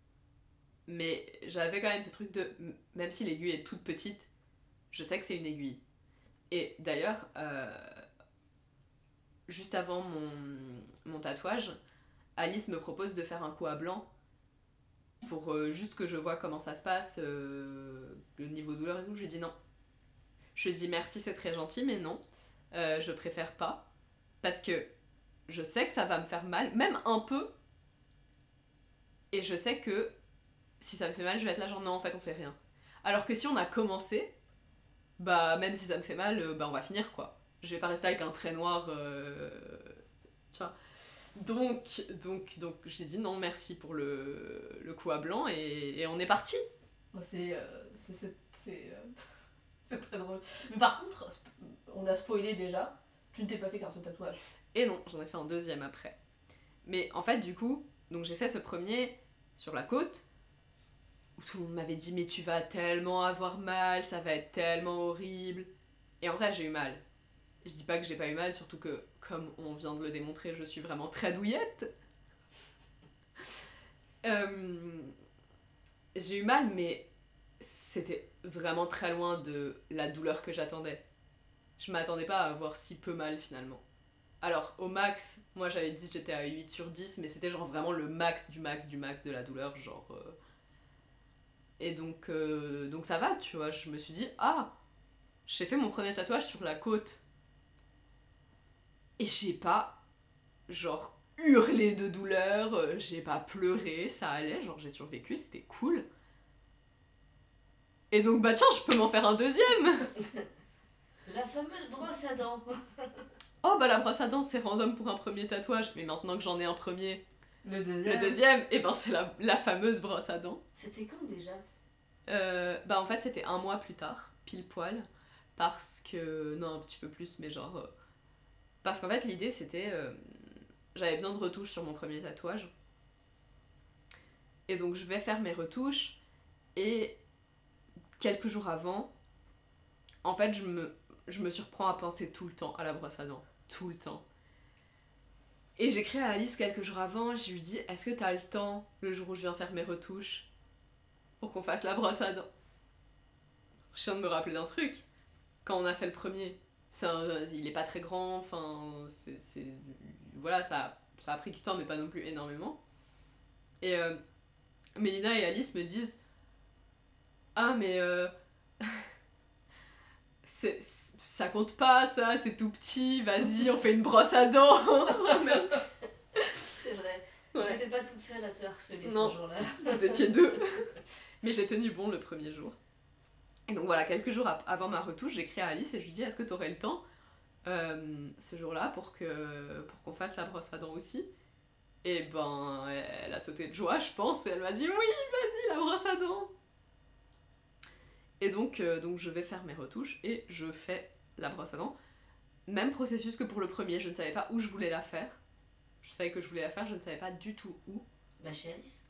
mais j'avais quand même ce truc de, m- même si l'aiguille est toute petite, je sais que c'est une aiguille. Et d'ailleurs, euh, juste avant mon, mon tatouage, Alice me propose de faire un coup à blanc pour euh, juste que je vois comment ça se passe, euh, le niveau douleur et tout. Je lui dis non. Je lui dis merci, c'est très gentil, mais non, euh, je préfère pas. Parce que je sais que ça va me faire mal, même un peu. Et je sais que si ça me fait mal, je vais être là genre non, en fait, on fait rien. Alors que si on a commencé, bah même si ça me fait mal, euh, bah on va finir quoi. Je vais pas rester avec un trait noir, euh, tu vois. Donc, donc, donc j'ai dit non, merci pour le, le coup à blanc et, et on est parti. C'est, euh, c'est, c'est, c'est, euh, c'est très drôle. Mais par contre, sp- on a spoilé déjà, tu ne t'es pas fait qu'un seul tatouage. Et non, j'en ai fait un deuxième après. Mais en fait, du coup, donc j'ai fait ce premier sur la côte, où tout le monde m'avait dit mais tu vas tellement avoir mal, ça va être tellement horrible. Et en vrai, j'ai eu mal. Je dis pas que j'ai pas eu mal, surtout que, comme on vient de le démontrer, je suis vraiment très douillette. Euh, j'ai eu mal, mais c'était vraiment très loin de la douleur que j'attendais. Je m'attendais pas à avoir si peu mal finalement. Alors, au max, moi j'avais dit que j'étais à huit sur dix, mais c'était genre vraiment le max du max du max de la douleur, genre... euh, Et donc, euh, donc ça va, tu vois, je me suis dit, ah, j'ai fait mon premier tatouage sur la côte. Et j'ai pas, genre, hurlé de douleur, euh, j'ai pas pleuré, ça allait, genre j'ai survécu, c'était cool. Et donc, bah tiens, je peux m'en faire un deuxième. La fameuse brosse à dents. Oh bah la brosse à dents, c'est random pour un premier tatouage, mais maintenant que j'en ai un premier, Le deuxième. le deuxième, et ben c'est la, la fameuse brosse à dents. C'était quand déjà? Euh, bah en fait c'était un mois plus tard, pile poil, parce que... Non, un petit peu plus, mais genre... euh, parce qu'en fait l'idée c'était... euh, j'avais besoin de retouches sur mon premier tatouage. Et donc je vais faire mes retouches, et quelques jours avant, en fait je me, je me surprends à penser tout le temps à la brosse à dents. Tout le temps. Et j'écris à Alice quelques jours avant, je lui dis, est-ce que t'as le temps, le jour où je viens faire mes retouches, pour qu'on fasse la brosse à dents? Je viens de me rappeler d'un truc. Quand on a fait le premier, c'est un- il est pas très grand, enfin, c'est, c'est, voilà, ça, ça a pris du temps, mais pas non plus énormément. Et euh, Mélina et Alice me disent, ah mais euh... c'est, ça compte pas ça, c'est tout petit, vas-y on fait une brosse à dents. C'est vrai. Ouais. J'étais pas toute seule à te harceler Non. ce jour-là. Vous étiez deux. Mais j'ai tenu bon le premier jour. Et donc voilà, quelques jours ap- avant ma retouche, j'écris à Alice et je lui dis est-ce que t'aurais le temps euh, ce jour-là pour, que, pour qu'on fasse la brosse à dents aussi. Et ben elle a sauté de joie je pense et elle m'a dit oui vas-y la brosse à dents. Et donc, euh, donc je vais faire mes retouches et je fais la brosse à dents. Même processus que pour le premier, je ne savais pas où je voulais la faire. Je savais que je voulais la faire, je ne savais pas du tout où. Bah chez Alice.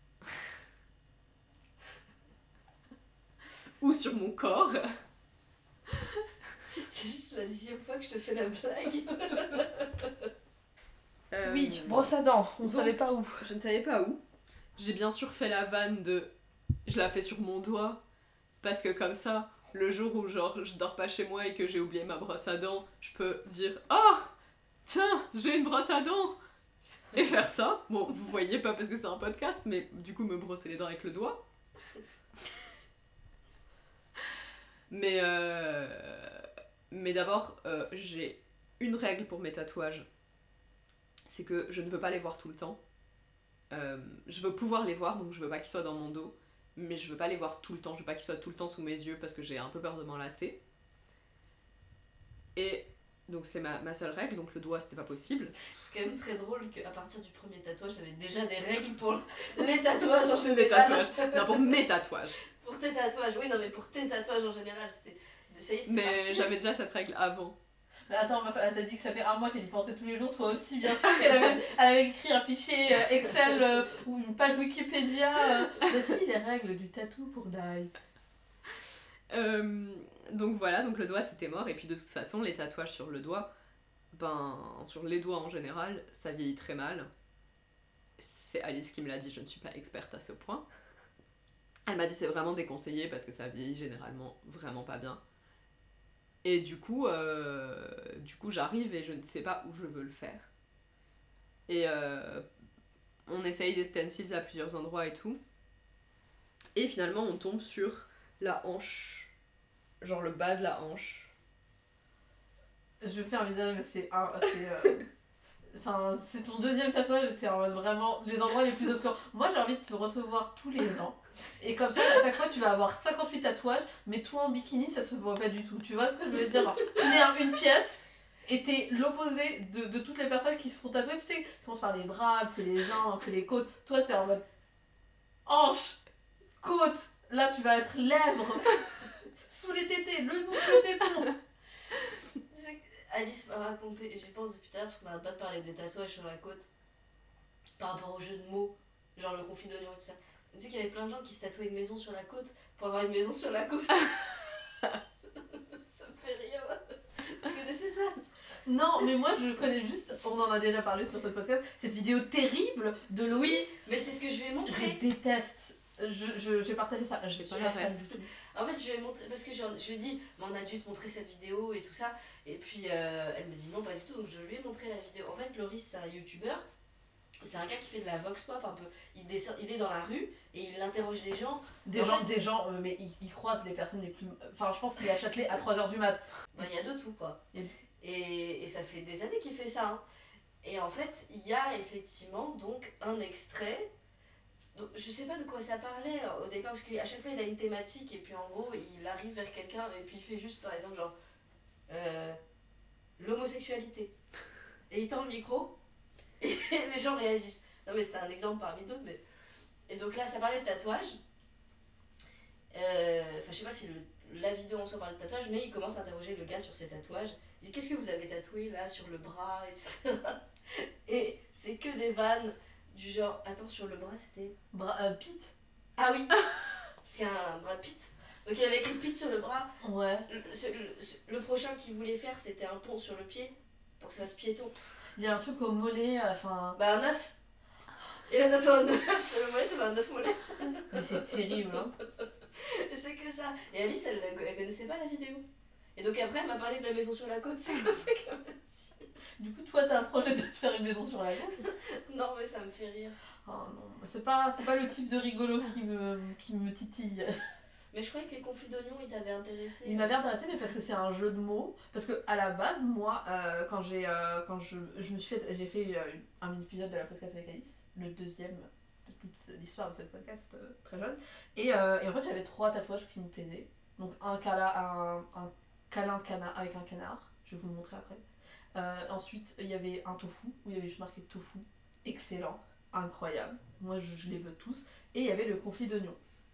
Ou sur mon corps. C'est juste la dixième fois que je te fais la blague. Euh, Oui, brosse à dents, on donc, savait pas où. Je ne savais pas où. J'ai bien sûr fait la vanne de... Je la fais sur mon doigt. Parce que comme ça, le jour où genre je dors pas chez moi et que j'ai oublié ma brosse à dents, je peux dire « Oh, tiens, j'ai une brosse à dents !» Et faire ça. Bon, vous voyez pas parce que c'est un podcast, mais du coup me brosser les dents avec le doigt. Mais, euh... mais d'abord, euh, j'ai une règle pour mes tatouages. C'est que je ne veux pas les voir tout le temps. Euh, je veux pouvoir les voir, donc je veux pas qu'ils soient dans mon dos. Mais je veux pas les voir tout le temps, je veux pas qu'ils soient tout le temps sous mes yeux parce que j'ai un peu peur de m'enlacer. Et donc c'est ma, ma seule règle, donc le doigt c'était pas possible. C'est quand même très drôle qu'à partir du premier tatouage, t'avais déjà des règles pour les tatouages en général. Les tatouages, non pour mes tatouages. Pour tes tatouages, oui, non, mais pour tes tatouages en général, c'était. Ça y est, c'était Mais parti. j'avais déjà cette règle avant. Mais attends, meuf, elle t'a dit que ça fait un mois qu'elle y pensait tous les jours, toi aussi, bien sûr qu'elle avait, elle avait écrit un fichier euh, Excel euh, ou une page Wikipédia. Euh, voici les règles du tatou pour Dai. Euh, donc voilà, donc le doigt c'était mort, et puis de toute façon, les tatouages sur le doigt, ben, sur les doigts en général, ça vieillit très mal. C'est Alice qui me l'a dit, je ne suis pas experte à ce point. Elle m'a dit c'est vraiment déconseillé parce que ça vieillit généralement vraiment pas bien. Et du coup, euh, du coup j'arrive et je ne sais pas où je veux le faire. Et euh, on essaye des stencils à plusieurs endroits et tout. Et finalement on tombe sur la hanche. Genre le bas de la hanche. Je fais un visage, mais c'est un. C'est, euh, enfin, c'est ton deuxième tatouage, t'es en mode vraiment les endroits les plus obscurs. Moi j'ai envie de te recevoir tous les ans. Et comme ça, à chaque fois, tu vas avoir cinquante-huit tatouages, mais toi en bikini, ça se voit pas du tout. Tu vois ce que je veux dire? Tu es une pièce, et t'es l'opposé de, de toutes les personnes qui se font tatouer. Tu sais, tu commences par les bras, puis les jambes, puis les côtes. Toi, t'es en mode hanche, côte. Là, tu vas être lèvres, sous les tétés, le dos, le téton. C'est que Alice m'a raconté, j'y pense depuis tout à l'heure parce qu'on n'arrête pas de parler des tatouages sur la côte par rapport au jeu de mots, genre le confit d'oignon et tout ça. Tu sais qu'il y avait plein de gens qui se tatouaient une maison sur la côte pour avoir une maison sur la côte. Ça me fait rire. Tu connaissais ça? Non, mais moi, je connais juste, on en a déjà parlé sur ce podcast, cette vidéo terrible de Loïs. Mais c'est ce que je lui ai montré. Je déteste. Je, je, j'ai partagé ça. Je J'ai suis pas pas la fan ref. du tout. En fait, je lui ai montré, parce que je, je lui ai dit, bah, on a dû te montrer cette vidéo et tout ça. Et puis, euh, elle me dit non, pas du tout. Donc, je lui ai montré la vidéo. En fait, Loris, c'est un youtubeur. C'est un gars qui fait de la vox pop un peu. Il, descend, il est dans la rue et il interroge des gens. Des En gens, fait- des gens euh, mais il, il croise les personnes les plus. Enfin, je pense qu'il est à Châtelet à trois heures du mat. Bah, il y a de tout, quoi. Et- Et, et ça fait des années qu'il fait ça. Hein. Et en fait, il y a effectivement donc un extrait. Donc, je sais pas de quoi ça parlait euh, au départ, parce qu'à chaque fois il a une thématique, et puis en gros il arrive vers quelqu'un, et puis il fait juste par exemple genre euh, l'homosexualité. Et il tend le micro, et les gens réagissent. Non mais c'était un exemple parmi d'autres, mais. Et donc là ça parlait de tatouage. Euh, Enfin, je sais pas si le, la vidéo en soi parle de tatouage, mais il commence à interroger le gars sur ses tatouages. Il dit qu'est-ce que vous avez tatoué là sur le bras, et cetera. Et c'est que des vannes du genre, attends, sur le bras c'était. Bra euh, Pete. Ah oui, c'est un bras de Pete. Donc il avait écrit Pete sur le bras. Ouais. Le, ce- le, ce- le prochain qu'il voulait faire c'était un ton sur le pied, pour que ça se piéton. Il y a un truc au mollet, enfin. Bah un œuf. Il a tatoué un œuf sur le mollet, ça fait un œuf mollet. Mais c'est terrible, hein. Et c'est que ça. Et Alice, elle, elle connaissait pas la vidéo. Et donc après, elle m'a parlé de la maison sur la côte, c'est comme ça qu'elle m'a dit. Du coup, toi, t'as un projet de te faire une maison sur la côte. Non, mais ça me fait rire. Oh non, c'est pas, c'est pas le type de rigolo qui me, qui me titille. Mais je croyais que les conflits d'oignons, ils t'avaient intéressé. Il m'avait intéressé, mais parce que c'est un jeu de mots. Parce que à la base, moi, euh, quand j'ai, euh, quand je, je me suis fait, j'ai fait euh, un mini épisode de la podcast avec Alice, le deuxième de toute l'histoire de cette podcast euh, très jeune. Et, euh, et en fait, j'avais trois tatouages qui me plaisaient. Donc un câlin, un, un câlin canard avec un canard. Je vais vous le montrer après. Euh, ensuite, il y avait un tofu où il y avait juste marqué tofu, excellent, incroyable. Moi, je, je les veux tous. Et il y avait le conflit d'oignons.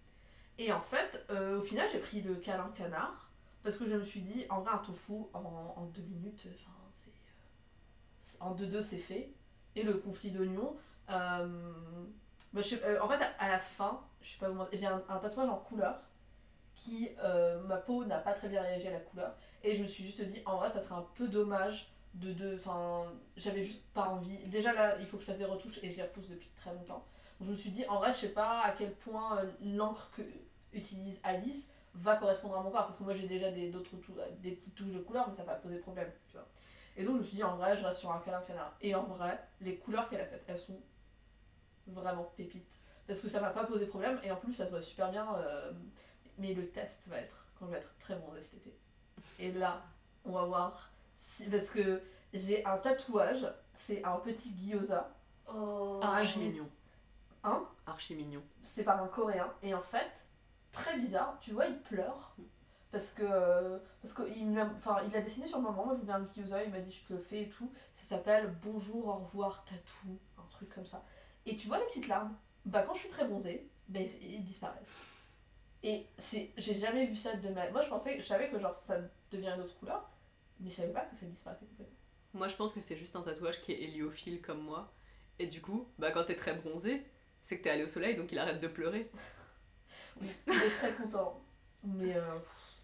Et en fait, euh, au final, j'ai pris le câlin canard parce que je me suis dit, en vrai, un tofu en, en deux minutes, enfin, c'est, c'est en deux deux, c'est fait. Et le conflit d'oignons, euh, bah, je sais, euh, en fait, à, à la fin, je sais pas vous j'ai un, un tatouage en couleur qui, euh, ma peau n'a pas très bien réagi à la couleur. Et je me suis juste dit, en vrai, ça serait un peu dommage de, de, enfin, j'avais juste pas envie. Déjà là, il faut que je fasse des retouches et je les repousse depuis très longtemps. Donc je me suis dit, en vrai, je sais pas à quel point euh, l'encre que utilise Alice va correspondre à mon corps, parce que moi j'ai déjà des, d'autres tou- des petites touches de couleur, mais ça va pas poser problème, tu vois. Et donc je me suis dit, en vrai, je reste sur un câlin canard. Et en vrai, les couleurs qu'elle a faites, elles sont vraiment pépites. Parce que ça m'a pas posé problème, et en plus ça se voit super bien. Euh, mais le test va être quand je vais être très bronzée cet été. Et là, on va voir. Si, parce que j'ai un tatouage, c'est un petit gyoza. Oh. Archi mignon. Hein Archi mignon. C'est par un coréen. Et en fait, très bizarre, tu vois, il pleure. Parce que. Euh, parce qu'il l'a, enfin, il l'a dessiné sur le moment. Moi, je voulais un gyoza, il m'a dit je te le fais et tout. Ça s'appelle Bonjour, au revoir, tatou. Un truc comme ça. Et tu vois les petites larmes, bah quand je suis très bronzée, bah, ils, ils disparaissent. Et c'est, j'ai jamais vu ça de ma... Moi je pensais, je savais que genre ça devient une autre couleur, mais je savais pas que ça disparaissait complètement. Moi, je pense que c'est juste un tatouage qui est héliophile comme moi. Et du coup, bah quand t'es très bronzé, c'est que t'es allé au soleil, donc il arrête de pleurer. Oui, il est très content. Mais euh,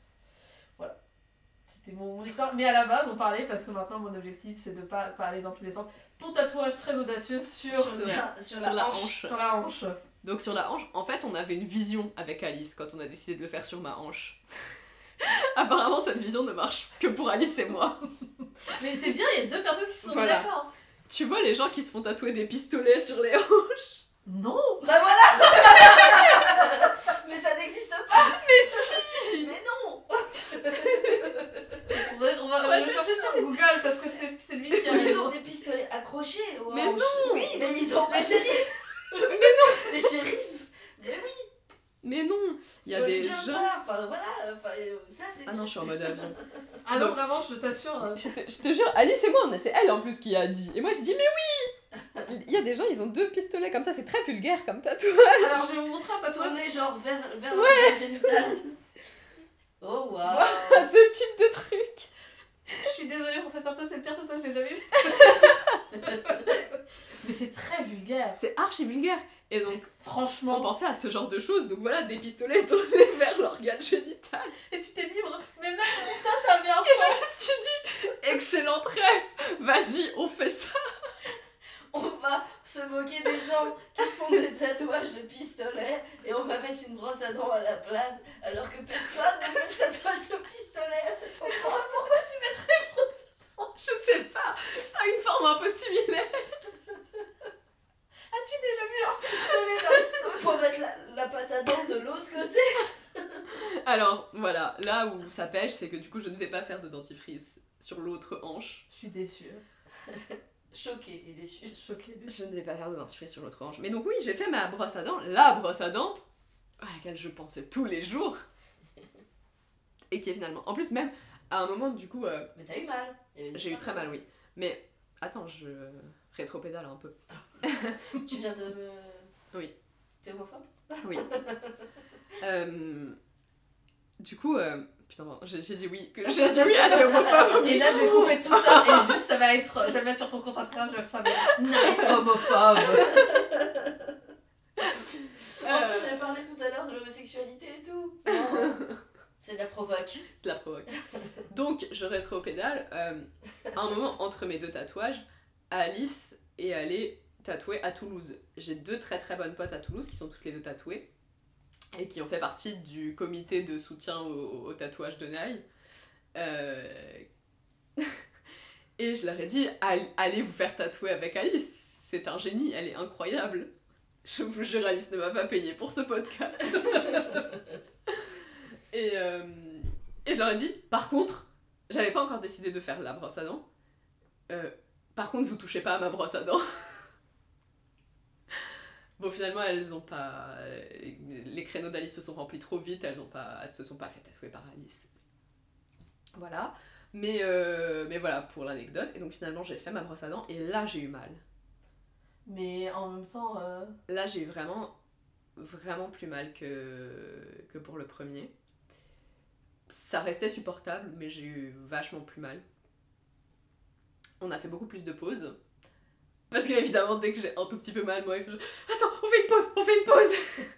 voilà. C'était mon, mon histoire. Mais à la base, on parlait parce que maintenant mon objectif c'est de pas, pas aller dans tous les sens. Ton tatouage très audacieux sur, Sur, sur, la, sur, sur la, la hanche. hanche. sur la hanche. Donc sur la hanche, en fait, on avait une vision avec Alice quand on a décidé de le faire sur ma hanche. Apparemment, cette vision ne marche que pour Alice et moi. Mais c'est bien, il y a deux personnes qui sont Voilà. d'accord. Tu vois les gens qui se font tatouer des pistolets sur les hanches? Non. Bah voilà. Mais ça n'existe pas. Mais si. Mais non. On va, on va, on va le chercher sur Google parce que c'est, c'est lui qui a Ils raison. ont des pistolets accrochés aux Mais hanches. non. Oui, mais ils ont Les shérifs. Mais non. Les shérifs. Mais oui. Mais non, il y a Johnny des Jumper, gens... enfin voilà, enfin euh, ça c'est... Ah non, je suis en mode avion. Ah non, Donc- vraiment, je t'assure. euh, Je te, je te jure, Alice et moi, on a- c'est elle en plus qui a dit. Et moi, j'ai dit, mais oui. Il y a des gens, ils ont deux pistolets comme ça, c'est très vulgaire comme tatouage. Alors, je vais vous montrer un tatouage. Tourner genre vers, vers la génitale. Oh waouh. Ce type de truc. Je suis désolée pour cette personne, c'est le pire tatouage que j'ai jamais vu. Mais c'est très vulgaire. C'est archi vulgaire. Et donc, on Franchement. pensait à ce genre de choses. Donc voilà, des pistolets tournés vers l'organe génital. Et tu t'es dit, mais même sans ça, ça a bien Et je me suis dit, excellent rêve. Vas-y, on fait ça. On va se moquer des gens qui font des tatouages de pistolets et on va mettre une brosse à dents à la place alors que personne ne met de tatouage de pistolet à cet endroit. Pourquoi tu mettrais brosse à dents? Je sais pas, ça a une forme un peu similaire. As-tu déjà vu un pistolet dans Pour mettre la, la pâte à dents de l'autre côté. Alors voilà, là où ça pêche, c'est que du coup, je ne vais pas faire de dentifrice sur l'autre hanche. Je suis déçue. Choquée et déçue. Choquée. Je ne vais pas faire de dentifrice sur l'autre hanche. Mais donc oui, j'ai fait ma brosse à dents, la brosse à dents, à laquelle je pensais tous les jours. Et qui est finalement... En plus, même, à un moment, du coup, euh, Mais t'as eu mal. Il y avait une j'ai eu sorte très de- mal, oui. Mais, attends, je rétropédale un peu. Tu viens de me... Oui. T'es homophobe? Oui. Euh, du coup, euh, putain, bon, j'ai, j'ai dit oui, que j'ai dit oui à t'es homophobe. Et là, je vais couper tout ça et juste ça va être. Je vais le mettre sur ton compte Instagram, je vais se faire des homophobe. En plus, j'ai parlé tout à l'heure de l'homosexualité et tout. Non. C'est de la provoque. C'est la provoque. Donc, je rétropédale. Euh, à un moment, entre mes deux tatouages, Alice est allée tatouer à Toulouse. J'ai deux très très bonnes potes à Toulouse qui sont toutes les deux tatouées et qui ont fait partie du comité de soutien au, au tatouage de Naï. Euh... et je leur ai dit, allez vous faire tatouer avec Alice. C'est un génie, elle est incroyable. Je vous jure, Alice ne m'a pas payé pour ce podcast. Et, euh, et je leur ai dit, par contre, j'avais pas encore décidé de faire la brosse à dents. Euh, par contre, vous touchez pas à ma brosse à dents. Bon, finalement, elles ont pas... Les créneaux d'Alice se sont remplis trop vite, elles, ont pas... elles se sont pas fait tatouer par Alice. Voilà. Mais, euh... mais voilà, pour l'anecdote. Et donc, finalement, j'ai fait ma brosse à dents, et là, j'ai eu mal. Mais en même temps... Euh... Là, j'ai eu vraiment, vraiment plus mal que, que pour le premier. Ça restait supportable, mais j'ai eu vachement plus mal. On a fait beaucoup plus de pauses. Parce qu'évidemment, dès que j'ai un tout petit peu mal, moi, il faut... Attends, on fait une pause, on fait une pause.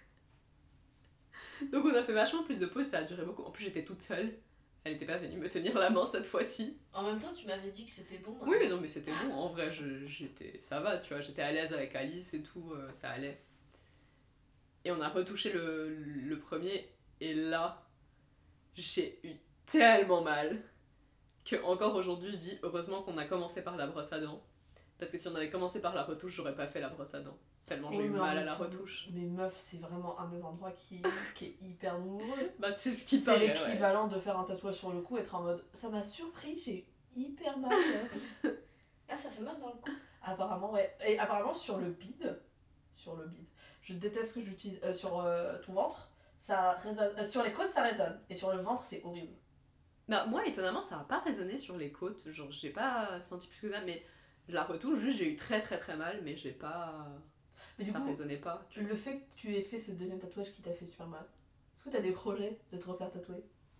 Donc on a fait vachement plus de pauses, ça a duré beaucoup. En plus, j'étais toute seule. Elle n'était pas venue me tenir la main cette fois-ci. En même temps, tu m'avais dit que c'était bon. Hein. Oui, mais non, mais c'était bon. En vrai, je, j'étais... ça va, tu vois. J'étais à l'aise avec Alice et tout, euh, ça allait. Et on a retouché le, le premier. Et là, j'ai eu tellement mal que encore aujourd'hui, je dis heureusement qu'on a commencé par la brosse à dents. Parce que si on avait commencé par la retouche, j'aurais pas fait la brosse à dents. Tellement j'ai oui, eu mal à la temps, retouche. Mais meuf, c'est vraiment un des endroits qui, qui est hyper douloureux. Bah c'est ce qui C'est paraît, l'équivalent ouais. de faire un tatouage sur le cou, être en mode ça m'a surpris, j'ai eu hyper mal. Ah, ça fait mal dans le cou. Apparemment, ouais. Et apparemment, sur le bide, sur le bide, je déteste que j'utilise euh, sur euh, ton ventre, ça résonne. Euh, sur les côtes, ça résonne. Et sur le ventre, c'est horrible. Bah, moi, étonnamment, ça a pas résonné sur les côtes. Genre, j'ai pas senti plus que ça, mais je la retouche, juste j'ai eu très très très mal, mais j'ai pas. Mais ça coup, résonnait pas. Tu... Le fait que tu aies fait ce deuxième tatouage qui t'a fait super mal, est-ce que t'as des projets de te refaire tatouer?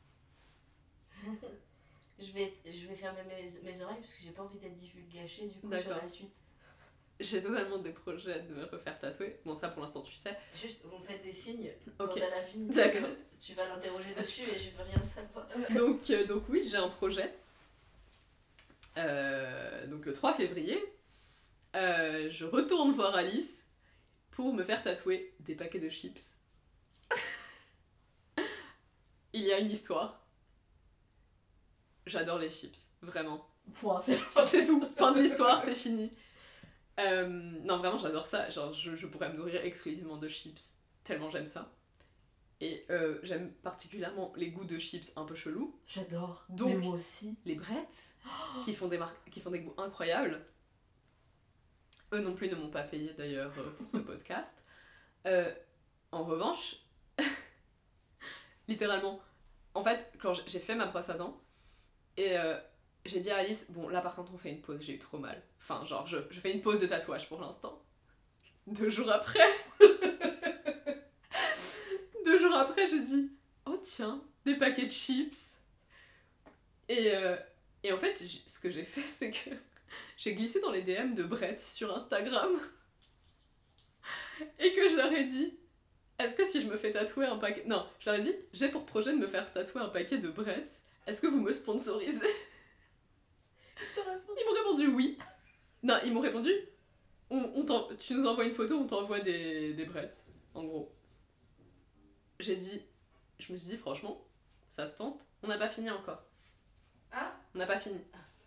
je, vais, je vais fermer mes, mes oreilles parce que j'ai pas envie d'être divulgachée du coup D'accord. sur la suite. J'ai totalement des projets de me refaire tatouer. Bon, ça pour l'instant, tu sais. Juste, vous me faites des signes okay. quand elle a fini. D'accord. Tu vas l'interroger dessus et je veux rien savoir. donc, euh, donc oui, j'ai un projet. Euh, donc le trois février, euh, je retourne voir Alice pour me faire tatouer des paquets de chips. Il y a une histoire. J'adore les chips, vraiment. Point, c'est, c'est tout. Fin de l'histoire, c'est fini. Euh, non, vraiment, j'adore ça. Genre, je, je pourrais me nourrir exclusivement de chips, tellement j'aime ça. Et euh, j'aime particulièrement les goûts de chips un peu chelous. J'adore. Donc, mais moi aussi. Les Bretts, oh qui, font des mar- qui font des goûts incroyables. Eux non plus ne m'ont pas payé d'ailleurs pour ce podcast. Euh, en revanche, littéralement, en fait, quand j'ai fait ma brosse à dents, et euh, j'ai dit à Alice, bon là par contre on fait une pause, j'ai eu trop mal. Enfin genre je, je fais une pause de tatouage pour l'instant. Deux jours après, deux jours après j'ai dit, oh tiens, des paquets de chips. Et, euh, et en fait, ce que j'ai fait c'est que j'ai glissé dans les D M de Brett sur Instagram et que je leur ai dit, est-ce que si je me fais tatouer un paquet... Non, je leur ai dit, j'ai pour projet de me faire tatouer un paquet de Brett, est-ce que vous me sponsorisez? Ils m'ont répondu oui. Non, ils m'ont répondu, on, on tu nous envoies une photo, on t'envoie des, des Brett, en gros. J'ai dit, je me suis dit franchement, ça se tente, on n'a pas fini encore. Ah On n'a pas fini.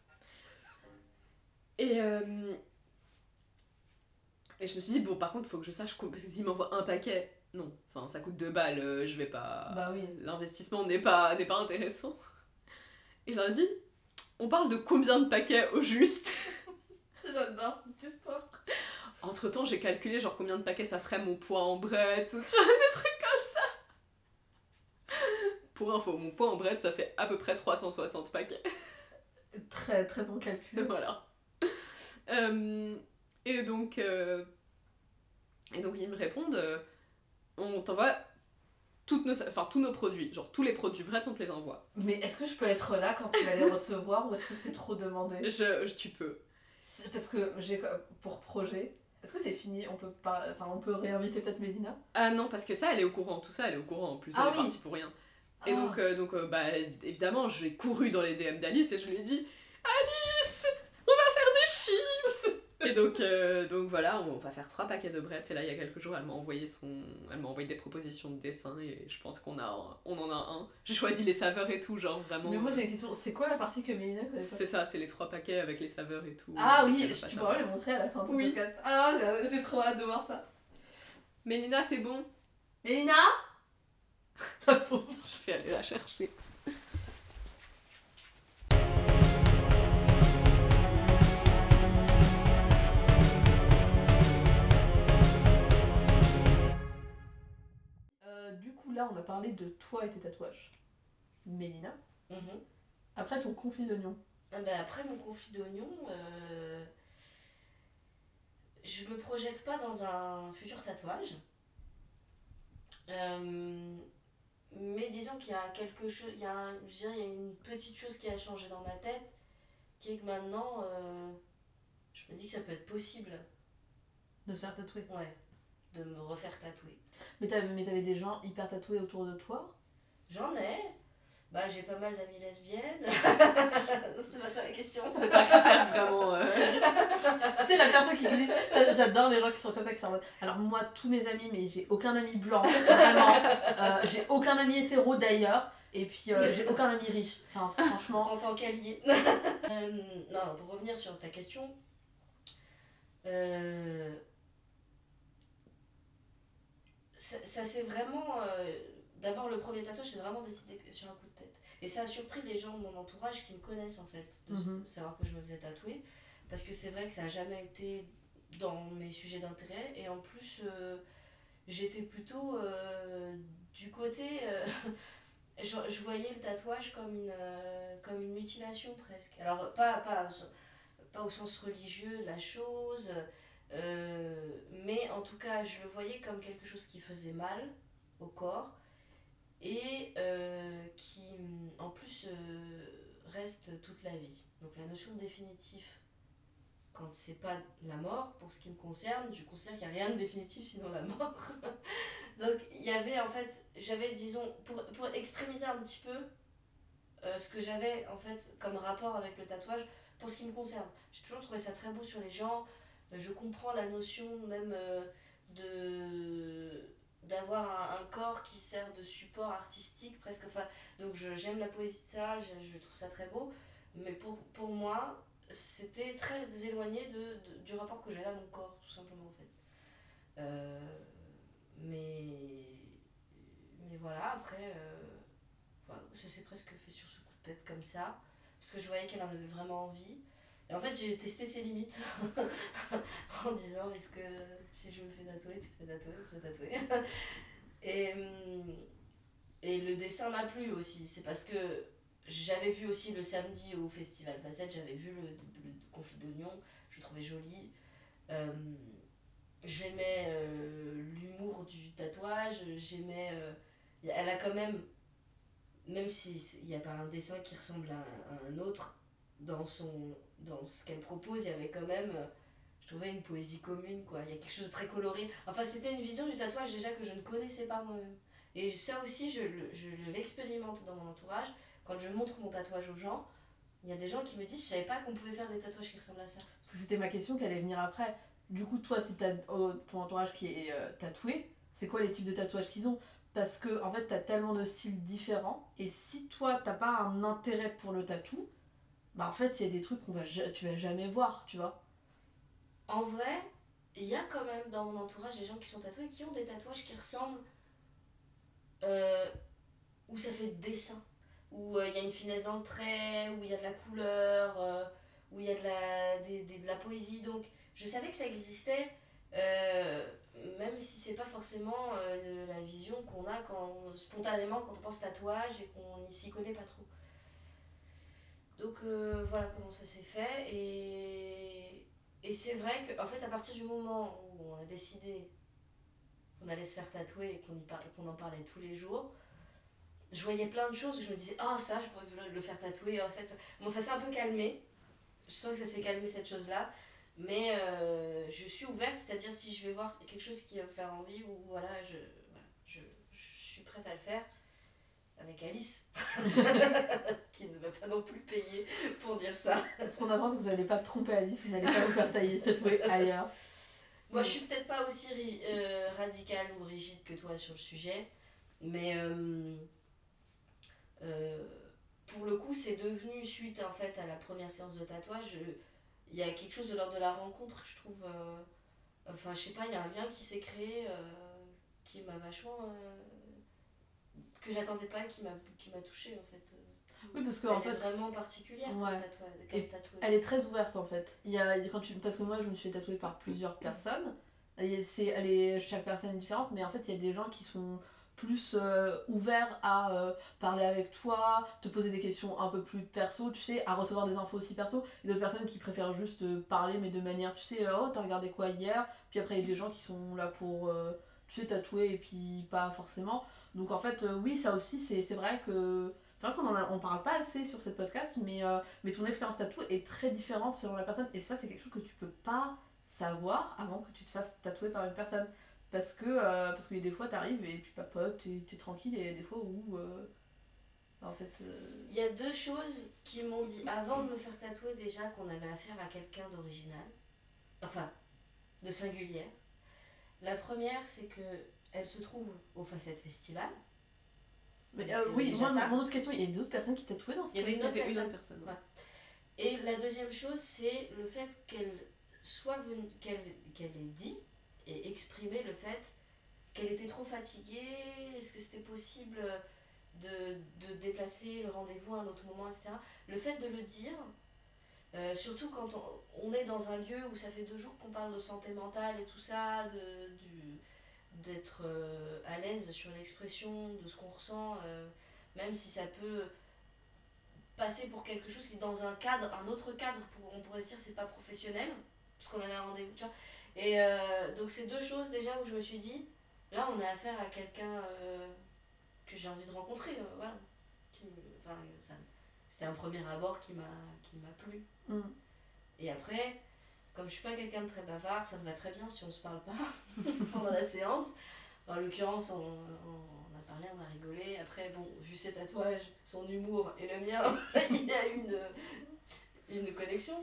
Et, euh... et je me suis dit, bon, par contre, il faut que je sache, parce que s'ils m'envoient un paquet, non, enfin, ça coûte deux balles, euh, je vais pas... Bah oui. L'investissement n'est pas, n'est pas intéressant. Et j'aurais dit, on parle de combien de paquets au juste? J'adore cette histoire. Entre temps, j'ai calculé, genre, combien de paquets ça ferait mon poids en Brett, ou tu vois, des trucs comme ça. Pour info, mon poids en Brett, ça fait à peu près trois cent soixante paquets. Très, très bon calcul. Voilà. Euh, et donc, euh, et donc ils me répondent, euh, on t'envoie toutes nos, enfin, tous nos produits, genre tous les produits Brett, on te les envoie. Mais est-ce que je peux être là quand tu vas les recevoir ou est-ce que c'est trop demandé? je, je, Tu peux. C'est parce que j'ai pour projet. Est-ce que c'est fini? On peut pas, enfin on peut réinviter peut-être Mélina? Ah non, parce que ça elle est au courant, tout ça elle est au courant en plus, elle ah, est oui. partie pour rien. Et ah. donc, euh, donc euh, bah évidemment j'ai couru dans les D M d'Alice et je lui ai dit, Alice, on va faire des chips. Et donc, euh, donc voilà, on va faire trois paquets de Brett. Et là, il y a quelques jours, elle m'a envoyé son, elle m'a envoyé des propositions de dessin et je pense qu'on a, on en a un. J'ai choisi les saveurs et tout, genre vraiment. Mais moi j'ai une question, c'est quoi la partie que Mélina connaît pas? C'est ça, c'est les trois paquets avec les saveurs et tout. Ah oui, tu pourras me les montrer à la fin de ce oui. podcast. Ah, j'ai trop hâte de voir ça. Mélina, c'est bon? Mélina? La pauvre. Je vais aller la chercher. Euh, du coup, là, on a parlé de toi et tes tatouages. Mélina. Mhm. Après ton conflit d'oignon. Ah bah après mon conflit d'oignon, euh, je me projette pas dans un futur tatouage. Euh, mais disons qu'il y a quelque chose, il y a, un- je dirais, il y a une petite chose qui a changé dans ma tête, qui est que maintenant, euh, je me dis que ça peut être possible, De se faire tatouer. ouais, de me refaire tatouer. Mais t'avais, mais t'avais des gens hyper tatoués autour de toi. J'en ai, bah j'ai pas mal d'amies lesbiennes. C'était pas ça la question. C'est un critère vraiment. euh, C'est la personne qui glisse. J'adore les gens qui sont comme ça, qui sont en mode. Alors, moi, tous mes amis, mais j'ai aucun ami blanc, vraiment. Euh, j'ai aucun ami hétéro d'ailleurs. Et puis, euh, j'ai aucun ami riche. Enfin, franchement. En tant qu'allié. euh, non, pour revenir sur ta question, euh, ça, ça c'est vraiment. Euh, D'abord, le premier tatouage, c'est vraiment décidé sur un coup de tête. Et ça a surpris les gens de mon entourage qui me connaissent en fait, de Mhm. savoir que je me faisais tatouer. Parce que c'est vrai que ça n'a jamais été dans mes sujets d'intérêt. Et en plus, euh, j'étais plutôt euh, du côté. euh, je, je voyais le tatouage comme une, euh, comme une mutilation presque. Alors, pas, pas, au sen- pas au sens religieux de la chose, euh, mais en tout cas, je le voyais comme quelque chose qui faisait mal au corps et euh, qui, en plus, euh, reste toute la vie. Donc, la notion de définitif, quand c'est pas la mort, pour ce qui me concerne, je considère qu'il n'y a rien de définitif sinon la mort. Donc il y avait en fait, j'avais disons, pour, pour extrémiser un petit peu euh, ce que j'avais en fait comme rapport avec le tatouage, pour ce qui me concerne. J'ai toujours trouvé ça très beau sur les gens, je comprends la notion même euh, de d'avoir un, un corps qui sert de support artistique presque, enfin, donc je, j'aime la poésie de ça, je, je trouve ça très beau, mais pour, pour moi, c'était très éloigné de, de, du rapport que j'avais à mon corps, tout simplement en fait. Euh, mais, mais voilà, après, euh, voilà, ça s'est presque fait sur ce coup de tête comme ça, parce que je voyais qu'elle en avait vraiment envie. Et en fait, j'ai testé ses limites en disant est-ce que si je me fais tatouer, tu te fais tatouer, tu te fais tatouer. Et, et le dessin m'a plu aussi, c'est parce que j'avais vu aussi le samedi au festival Facette, j'avais vu le, le, le conflit d'oignons, je le trouvais joli. Euh, j'aimais euh, l'humour du tatouage, j'aimais. Euh, elle a quand même, même s'il n'y a pas un dessin qui ressemble à un, à un autre, dans, son, dans ce qu'elle propose, il y avait quand même, euh, je trouvais, une poésie commune, quoi. Il y a quelque chose de très coloré. Enfin, c'était une vision du tatouage déjà que je ne connaissais pas moi-même. Et ça aussi, je, je l'expérimente dans mon entourage. Quand je montre mon tatouage aux gens, il y a des gens qui me disent, je savais pas qu'on pouvait faire des tatouages qui ressemblent à ça. Parce que c'était ma question qui allait venir après. Du coup, toi, si t'as oh, ton entourage qui est euh, tatoué, c'est quoi les types de tatouages qu'ils ont? Parce que, en fait, t'as tellement de styles différents. Et si toi, t'as pas un intérêt pour le tatou, bah en fait, il y a des trucs qu'on va, ja- tu vas jamais voir, tu vois. En vrai, il y a quand même dans mon entourage des gens qui sont tatoués qui ont des tatouages qui ressemblent. Euh, où ça fait dessin. Où il euh, y a une finesse dans le trait, où il y a de la couleur, euh, où il y a de la, des, des, de la poésie. Donc je savais que ça existait, euh, même si c'est pas forcément euh, la vision qu'on a quand, spontanément quand on pense tatouage et qu'on n'y s'y connaît pas trop. Donc euh, voilà comment ça s'est fait. Et, et c'est vrai qu'en fait, à partir du moment où on a décidé qu'on allait se faire tatouer et qu'on, y par- qu'on en parlait tous les jours, je voyais plein de choses où je me disais oh ça je pourrais le faire tatouer, oh, ça, ça. Bon ça s'est un peu calmé, je sens que ça s'est calmé cette chose là, mais euh, je suis ouverte, c'est-à-dire si je vais voir quelque chose qui va me faire envie ou voilà je, voilà, je, je suis prête à le faire avec Alice qui ne m'a pas non plus payé pour dire ça. Ce qu'on apprend, c'est que vous n'allez pas tromper Alice, vous n'allez pas vous faire tailler, tatouer ailleurs. Moi je suis peut-être pas aussi ri- euh, radicale ou rigide que toi sur le sujet, mais euh, Euh, pour le coup, c'est devenu, suite en fait à la première séance de tatouage, il y a quelque chose de l'ordre de la rencontre, je trouve. Euh, enfin, je sais pas, il y a un lien qui s'est créé euh, qui m'a vachement. Euh, que j'attendais pas et qui m'a, qui m'a touchée en fait. Oui, parce que elle en est fait, vraiment particulière ouais. comme, tatou... comme Et tatoueuse. elle est très ouverte en fait. Il y a, quand tu, parce que moi, je me suis fait tatouer par plusieurs personnes. Et c'est, elle est, chaque personne est différente, mais en fait, il y a des gens qui sont plus euh, ouverts à euh, parler avec toi, te poser des questions un peu plus perso, tu sais, à recevoir des infos aussi perso. Et d'autres personnes qui préfèrent juste euh, parler, mais de manière, tu sais, oh, t'as regardé quoi hier? Puis après, il y a des gens qui sont là pour, euh, tu sais, tatouer et puis pas forcément. Donc en fait, euh, oui, ça aussi, c'est, c'est vrai que. C'est vrai qu'on en a, on parle pas assez sur cette podcast, mais, euh, mais ton expérience tatou est très différente selon la personne. Et ça, c'est quelque chose que tu peux pas savoir avant que tu te fasses tatouer par une personne. Parce que euh, parce que des fois, t'arrives et tu papotes, et t'es tranquille, et il y a des fois où. Euh, en fait. Euh... Il y a deux choses qui m'ont dit avant de me faire tatouer déjà qu'on avait affaire à quelqu'un d'original. Enfin, de singulière. La première, c'est que elle se trouve au Facette Festival. Mais euh, oui, moi, mon autre question, il y a d'autres personnes qui tatouaient dans ce Il y avait une autre personne. Une autre personne ouais. Ouais. Et la deuxième chose, c'est le fait qu'elle soit venue, qu'elle, qu'elle ait dit et exprimé le fait qu'elle était trop fatiguée, est-ce que c'était possible de, de déplacer le rendez-vous à un autre moment, et cetera. Le fait de le dire, euh, surtout quand on, on est dans un lieu où ça fait deux jours qu'on parle de santé mentale et tout ça, de, du, d'être euh, à l'aise sur l'expression de ce qu'on ressent, euh, même si ça peut passer pour quelque chose qui est dans un cadre, un autre cadre, pour, on pourrait se dire c'est pas professionnel, parce qu'on avait un rendez-vous, tu vois. Et euh, donc c'est deux choses déjà où je me suis dit, là on a affaire à quelqu'un euh, que j'ai envie de rencontrer, euh, voilà. Qui me, enfin, ça, c'était un premier abord qui m'a, qui m'a plu. Mm. Et après, comme je suis pas quelqu'un de très bavard, ça me va très bien si on se parle pas pendant la séance. En l'occurrence, on, on, on a parlé, on a rigolé. Après, bon, vu ses tatouages, son humour et le mien, il y a une, une connexion.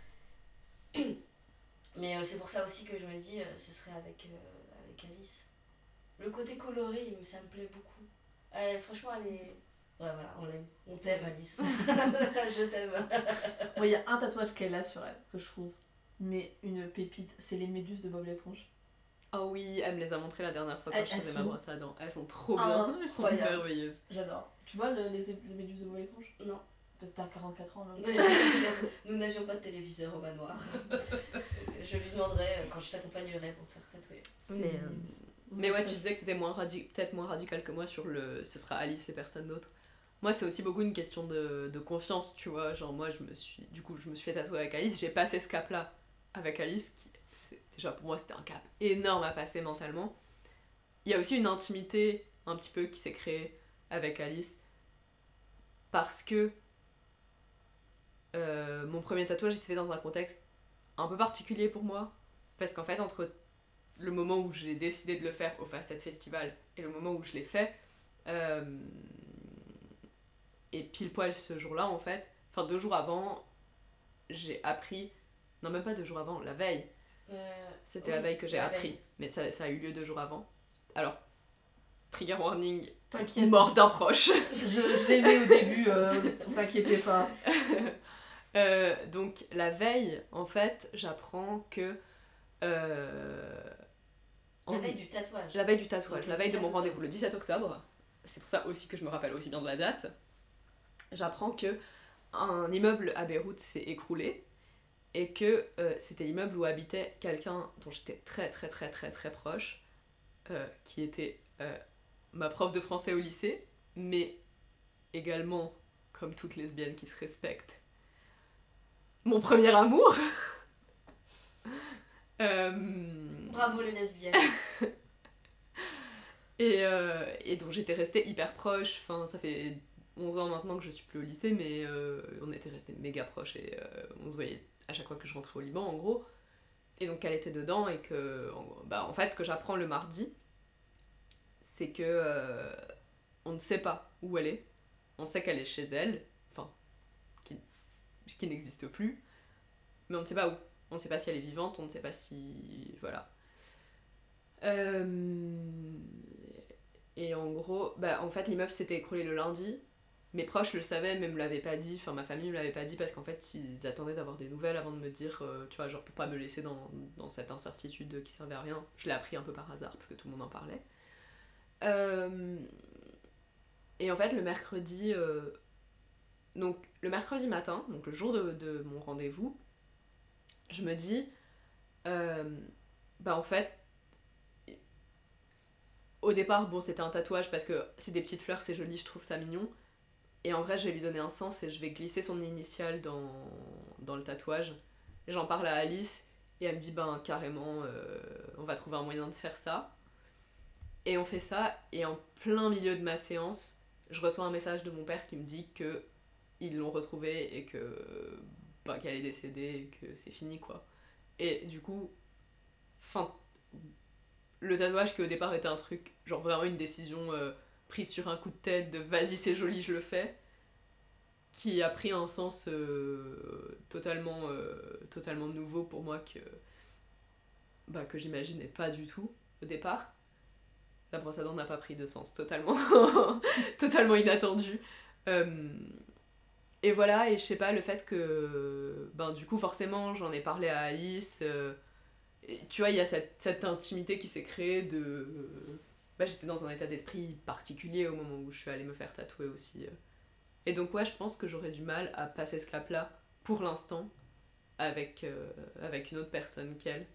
Mais euh, c'est pour ça aussi que je me dis, euh, ce serait avec, euh, avec Alice. Le côté coloré, ça me plaît beaucoup. Elle, franchement, elle est... Ouais, voilà, on l'aime. On t'aime, Alice. Je t'aime. Moi, il y a un tatouage qu'elle a sur elle, que je trouve. Mais une pépite, c'est les méduses de Bob l'éponge. Oh oui, elle me les a montrées la dernière fois quand elles, je faisais sont... ma brosse à dents. Elles sont trop bien, elles sont merveilleuses. J'adore. Tu vois le, les, les méduses de Bob l'éponge? Non. Parce que t'as quarante-quatre ans, là. Nous n'avions pas de téléviseur au manoir. Je lui demanderai quand je t'accompagnerai pour te faire tatouer. Mais, euh, mais ouais, tu disais que t'étais moins radi- peut-être moins radical que moi sur le ce sera Alice et personne d'autre. Moi, c'est aussi beaucoup une question de, de confiance, tu vois. Genre, moi, je me suis. Du coup, je me suis fait tatouer avec Alice. J'ai passé ce cap-là avec Alice, qui. C'est, déjà, pour moi, c'était un cap énorme à passer mentalement. Il y a aussi une intimité un petit peu qui s'est créée avec Alice. Parce que. Euh, mon premier tatouage, il s'est fait dans un contexte un peu particulier pour moi. Parce qu'en fait, entre le moment où j'ai décidé de le faire au Facette Festival et le moment où je l'ai fait. Euh, Et pile poil ce jour-là, en fait, enfin deux jours avant, j'ai appris, non même pas deux jours avant, la veille. Euh, C'était oui, la veille que j'ai appris, veille. Mais ça, ça a eu lieu deux jours avant. Alors, trigger warning, t'inquiète, mort d'un proche. Je, je l'ai mis au début, euh, t'inquiétez pas. euh, donc la veille, en fait, j'apprends que... Euh, la en, veille du tatouage. La veille du tatouage, donc, la veille de mon rendez-vous, le dix-sept octobre. C'est pour ça aussi que je me rappelle aussi bien de la date. J'apprends que un immeuble à Beyrouth s'est écroulé et que euh, c'était l'immeuble où habitait quelqu'un dont j'étais très très très très très proche, euh, qui était euh, ma prof de français au lycée, mais également, comme toute lesbienne qui se respecte, mon premier amour. euh... Bravo les lesbiennes. et, euh, et dont j'étais restée hyper proche, enfin ça fait onze ans maintenant que je suis plus au lycée, mais euh, on était restés méga proches et euh, on se voyait à chaque fois que je rentrais au Liban en gros. Et donc elle était dedans et que, bah en fait ce que j'apprends le mardi, c'est que euh, on ne sait pas où elle est, on sait qu'elle est chez elle, enfin, qui, qui n'existe plus, mais on ne sait pas où, on ne sait pas si elle est vivante, on ne sait pas si... voilà. Euh... Et en gros, bah en fait l'immeuble s'était écroulé le lundi. Mes proches le savaient, mais me l'avaient pas dit, enfin ma famille me l'avait pas dit parce qu'en fait ils attendaient d'avoir des nouvelles avant de me dire, euh, tu vois, genre pour pas me laisser dans, dans cette incertitude qui servait à rien. Je l'ai appris un peu par hasard parce que tout le monde en parlait. Euh... Et en fait, le mercredi... Euh, donc, le mercredi matin, donc le jour de, de mon rendez-vous, je me dis... Euh, bah en fait... Au départ, bon, c'était un tatouage parce que c'est des petites fleurs, c'est joli, je trouve ça mignon. Et en vrai, je vais lui donner un sens et je vais glisser son initiale dans, dans le tatouage. Et j'en parle à Alice et elle me dit, ben carrément, euh, on va trouver un moyen de faire ça. Et on fait ça, et en plein milieu de ma séance, je reçois un message de mon père qui me dit que ils l'ont retrouvée et que bah, qu'elle est décédée et que c'est fini, quoi. Et du coup, fin, le tatouage qui au départ était un truc, genre vraiment une décision euh, prise sur un coup de tête de vas-y c'est joli je le fais, qui a pris un sens euh, totalement, euh, totalement nouveau pour moi que, bah, que j'imaginais pas du tout au départ. La brosse à dents n'a pas pris de sens, totalement, totalement inattendu. Euh, et voilà, et je sais pas, le fait que, ben du coup forcément j'en ai parlé à Alice, euh, et tu vois, il y a cette, cette intimité qui s'est créée de... Euh, bah, j'étais dans un état d'esprit particulier au moment où je suis allée me faire tatouer aussi. Euh. Et donc ouais, je pense que j'aurais du mal à passer ce cap-là, pour l'instant, avec, euh, avec une autre personne qu'elle.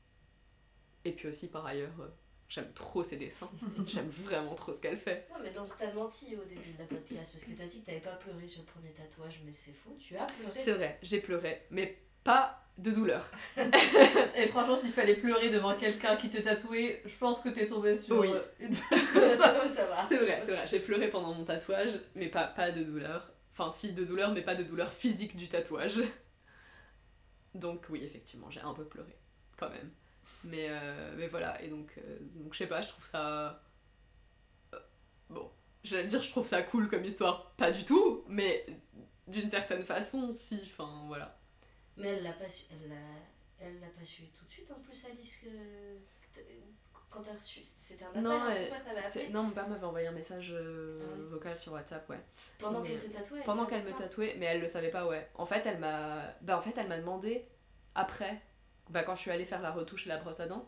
Et puis aussi, par ailleurs, euh, j'aime trop ses dessins. J'aime vraiment trop ce qu'elle fait. Non, mais donc t'as menti au début de la podcast, parce que t'as dit que t'avais pas pleuré sur le premier tatouage, mais c'est faux, tu as pleuré. C'est vrai, j'ai pleuré, mais pas de douleur. Et franchement, s'il fallait pleurer devant quelqu'un qui te tatouait, je pense que t'es tombée sur Oui. une... ça, ça va. C'est vrai, c'est vrai. J'ai pleuré pendant mon tatouage, mais pas, pas de douleur. Enfin, si, de douleur, mais pas de douleur physique du tatouage. Donc oui, effectivement, j'ai un peu pleuré, quand même. Mais, euh, mais voilà, et donc, euh, donc je sais pas, je trouve ça... Euh, bon, j'allais dire je trouve ça cool comme histoire, pas du tout, mais d'une certaine façon, si, enfin, voilà. Mais elle l'a pas su, elle l'a, elle l'a pas su tout de suite en plus, Alice, que quand t'as reçu, c'était un appel, Non, hein, elle- ton père t'avait c'est- appelé non, mon père m'avait envoyé un message euh, Ah oui. vocal sur WhatsApp, ouais. pendant mais- qu'elle te tatouait. Elle Pendant savait qu'elle me pas. tatouait, mais elle le savait pas, ouais. En fait, elle m'a, bah, en fait, elle m'a demandé, après, bah, quand je suis allée faire la retouche et la brosse à dents,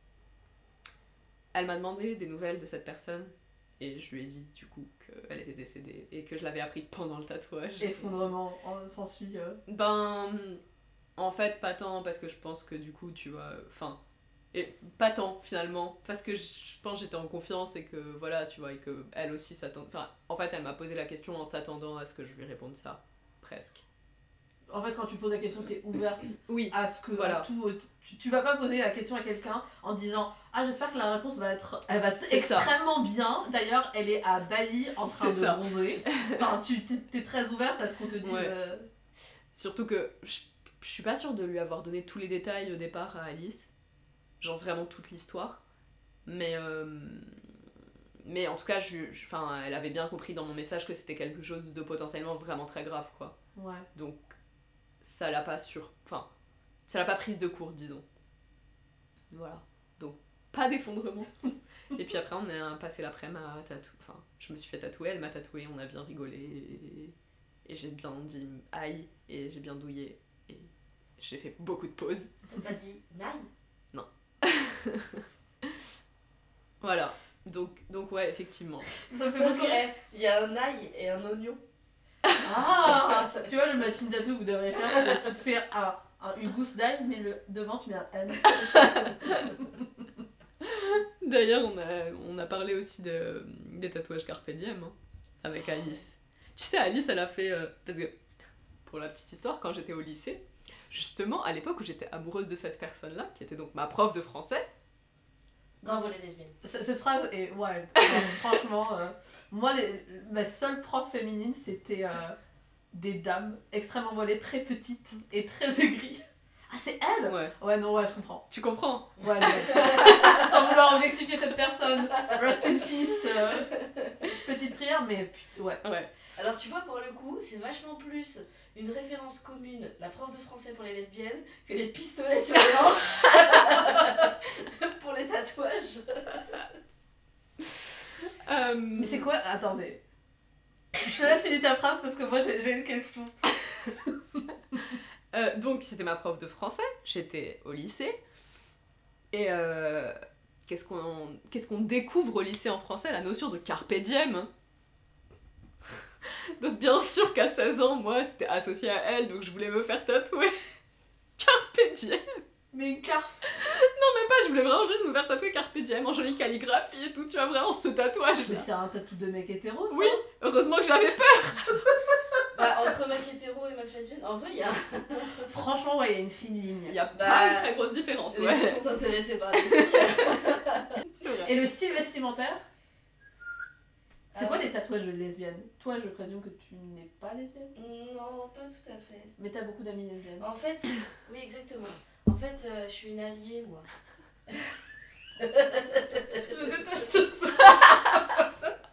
elle m'a demandé des nouvelles de cette personne, et je lui ai dit, du coup, qu'elle était décédée, et que je l'avais appris pendant le tatouage. Effondrement en- s'ensuit. Euh... Ben, en fait, pas tant, parce que je pense que du coup, tu vois, enfin, et pas tant finalement, parce que je pense que j'étais en confiance et que voilà, tu vois, et que elle aussi s'attend. Enfin, en fait, elle m'a posé la question en s'attendant à ce que je lui réponde ça, presque. En fait, quand tu poses la question, t'es ouverte Oui, à ce que voilà. à tout. Tu, tu vas pas poser la question à quelqu'un en disant ah j'espère que la réponse va être elle va être C'est ça. extrêmement bien. D'ailleurs, elle est à Bali en train C'est de ça. bronzer. Enfin, tu t'es, t'es très ouverte à ce qu'on te dise. Ouais. euh, Surtout que je, je suis pas sûre de lui avoir donné tous les détails au départ à Alice, genre vraiment toute l'histoire, mais euh, mais en tout cas, je, je- enfin, elle avait bien compris dans mon message que c'était quelque chose de potentiellement vraiment très grave, quoi. Ouais. Donc ça l'a pas sur, enfin, ça l'a pas prise de court, disons. Voilà. Donc pas d'effondrement. Et puis après, on a passé l'après-midi à tatouer. Enfin, je me suis fait tatouer, elle m'a tatoué, on a bien rigolé. Et, et j'ai bien dit aïe, et j'ai bien douillé. Et j'ai fait beaucoup de pauses. T'as pas dit naï. Voilà. Donc, donc ouais, effectivement. Ça me fait Parce beaucoup rire. qu'il y a un ail et un oignon. Ah tu vois, le matching tattoo que vous devriez faire, c'est que tu te fais un, un- une gousse d'ail, mais le, devant tu mets un N. D'ailleurs, on a, on a parlé aussi de, des tatouages Carpe Diem hein, avec Alice. Tu sais, Alice, elle a fait... euh, parce que, pour la petite histoire, quand j'étais au lycée, justement, à l'époque où j'étais amoureuse de cette personne-là, qui était donc ma prof de français, Bravo les lesbiennes. C- Cette phrase est wild. Enfin, franchement, euh, moi, les, ma seule prof féminine, c'était euh, des dames extrêmement voilées, très petites et très aigries. Ah, c'est elle ouais, Ouais, non, ouais, je comprends. tu comprends? Ouais, non. Sans vouloir objectifier cette personne. Rest in peace. euh, petite prière, mais put- ouais. Ouais. Alors tu vois, pour le coup, c'est vachement plus une référence commune, la prof de français pour les lesbiennes, que les pistolets sur les hanches pour les tatouages. Euh, Mais c'est quoi Attendez. Je te laisse finir ta phrase parce que moi, j'ai j'ai une question. Euh, donc c'était ma prof de français, j'étais au lycée, et euh, qu'est-ce qu'on qu'est-ce qu'on découvre au lycée en français? La notion de carpe diem. Donc bien sûr qu'à seize ans, moi, c'était associé à elle, donc je voulais me faire tatouer Carpe Diem. Mais une carte. Non, même pas, je voulais vraiment juste me faire tatouer Carpe Diem en jolie calligraphie et tout, tu vois, vraiment ce tatouage. Mais c'est un tatou de mec hétéro, ça. Oui, heureusement que j'avais peur. Bah, entre mec hétéro et meuf lesbienne, en vrai, il y a. Franchement, ouais, il y a une fine ligne. Il y a Bah, pas une très grosse différence, Les ouais. deux sont intéressés par les filles. C'est vrai. Et le style vestimentaire? C'est Ah. quoi les tatouages de lesbiennes? Toi, je présume que tu n'es pas lesbienne, Non, pas tout à fait. mais t'as beaucoup d'amis lesbiennes. En fait, oui, exactement. En fait, euh, je suis une alliée, moi. Je déteste ça.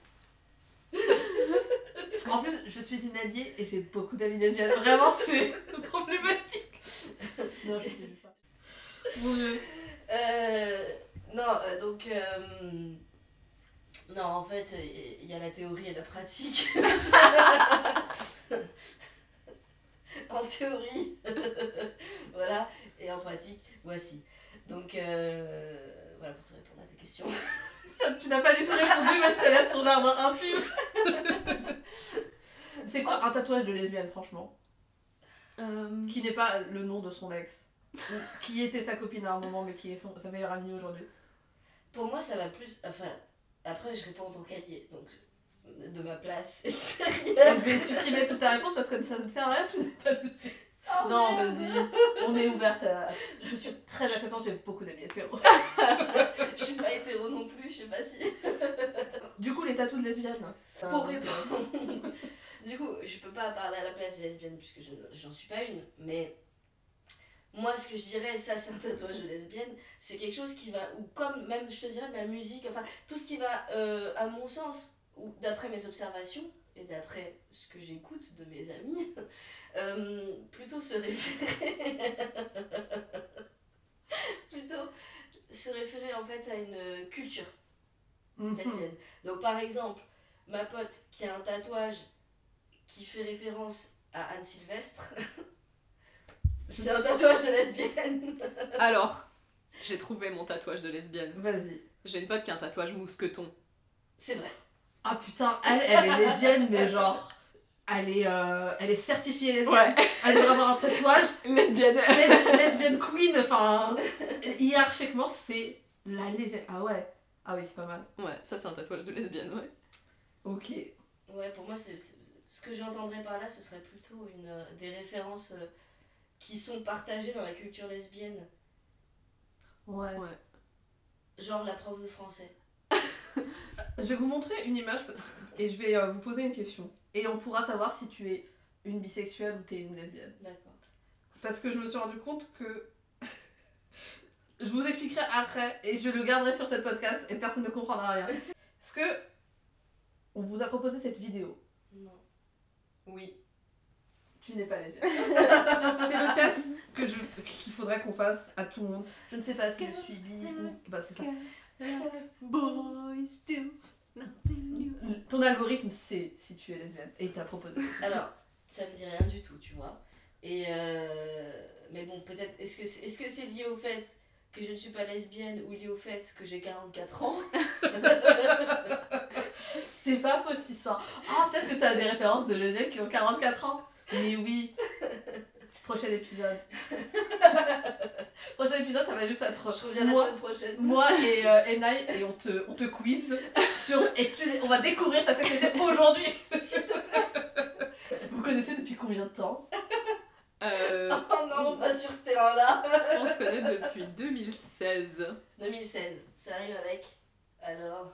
En plus, je suis une alliée et j'ai beaucoup d'amis lesbiennes. Vraiment, c'est problématique. Non, je sais juste pas. Mon Dieu. Euh, non, euh, donc. euh, non, en fait, il y a la théorie et la pratique. En théorie, voilà, et en pratique, voici. Donc, euh, voilà pour te répondre à ta question. Ça, tu n'as pas du tout répondu, moi je te laisse ton jardin intime. C'est quoi un tatouage de lesbienne, franchement? Euh... Qui n'est pas le nom de son ex. Ou qui était sa copine à un moment, mais qui est son, sa meilleure amie aujourd'hui. Pour moi, ça va plus. Enfin, après, je réponds en tant qu'allié, donc de ma place extérieure. Je vais supprimer toute ta réponse parce que ça ne sert à rien, tu n'es pas lesbienne. Oh, Non, merde. vas-y, on est ouverte à... Je suis très acceptante, j'ai beaucoup d'amis hétéros. Je suis pas hétéro non plus, je sais pas si. Du coup, les tatous de lesbiennes. euh, Pour répondre. Du coup, je peux pas parler à la place des lesbiennes puisque je j'en suis pas une, mais moi ce que je dirais, ça c'est un tatouage de lesbienne, c'est quelque chose qui va, ou comme même je te dirais de la musique, enfin tout ce qui va, euh, à mon sens, ou d'après mes observations, et d'après ce que j'écoute de mes amis, euh, plutôt se référer plutôt se référer en fait à une culture mhm. lesbienne. Donc par exemple, ma pote qui a un tatouage qui fait référence à Anne Sylvestre, c'est un tatouage de lesbienne. Alors, j'ai trouvé mon tatouage de lesbienne. Vas-y. J'ai une pote qui a un tatouage mousqueton. C'est vrai. Ah putain, elle, elle est lesbienne, mais genre... Elle est, euh, elle est certifiée lesbienne. Ouais. Elle devrait avoir un tatouage. Lesbienne. Les- lesbienne queen, enfin... Hiérarchiquement, c'est la lesbienne. Ah ouais. Ah oui, c'est pas mal. Ouais, ça c'est un tatouage de lesbienne, ouais. Ok. Ouais, pour moi, c'est, c'est- ce que j'entendrais par là, ce serait plutôt une, euh, des références euh, qui sont partagées dans la culture lesbienne. Ouais. Ouais. Genre la prof de français. Je vais vous montrer une image et je vais euh, vous poser une question. Et on pourra savoir si tu es une bisexuelle ou t'es une lesbienne. D'accord. Parce que je me suis rendu compte que... je vous expliquerai après et je le garderai sur cette podcast et personne ne comprendra rien. Est-ce que on vous a proposé cette vidéo? Non. Oui. Tu n'es pas lesbienne. C'est le test que je, qu'il faudrait qu'on fasse à tout le monde. Je ne sais pas si je suis bi ou... Bah c'est ça. Boys do nothing new. Ton algorithme sait si tu es lesbienne et il t'a proposé. Alors, ça me dit rien du tout, tu vois. Et euh... Mais bon, peut-être... Est-ce que c'est, est-ce que c'est lié au fait que je ne suis pas lesbienne ou lié au fait que j'ai quarante-quatre ans? C'est pas fausse cette histoire. Ah, peut-être que t'as des références de lesbiennes qui ont quarante-quatre ans. Mais oui. Prochain épisode. Prochain épisode, ça va juste être Je reviens la moi, semaine prochaine. moi et euh, Enaï et on te, on te quiz sur... Et tu, on va découvrir ta sexualité aujourd'hui. S'il te plaît. Vous connaissez depuis combien de temps? Euh, Oh non, pas sur ce terrain-là. on se connaît depuis deux mille seize. deux mille seize, ça arrive avec. Alors.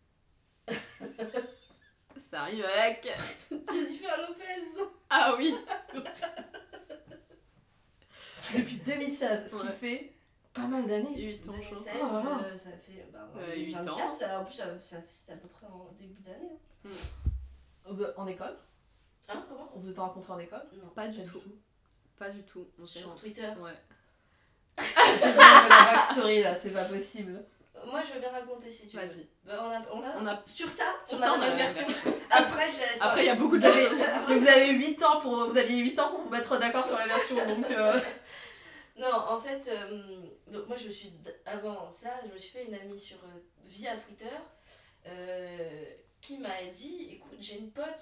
Ça arrive avec... Jennifer Lopez. Ah oui. Depuis deux mille seize, ce qui Ouais. fait pas mal d'années. huit ans, je deux mille seize, crois. Oh. euh, ça fait. Bah, Euh, huit vingt-quatre, ans. Ça, en plus, ça, ça, c'était à peu près en début d'année. hein. Euh, En école? Hein, comment? On vous êtes rencontrés en école? Non. Pas du tout. Pas du tout. On s'est Sur rencontrés. Twitter. Ouais. J'ai besoin de la backstory là, c'est pas possible. Moi, je veux bien raconter si tu veux. Vas-y. Bah, on a, on a, On a... Sur ça, Sur on ça, a on la a même la version. Après, je la laisse Après, il y a parler. beaucoup de Vous avez, versions. mais vous avez huit ans pour vous aviez huit ans pour vous mettre d'accord sur la version donc euh... Non, en fait, euh, donc moi je me suis, avant ça, je me suis fait une amie sur, euh, via Twitter euh, qui m'a dit, écoute, j'ai une pote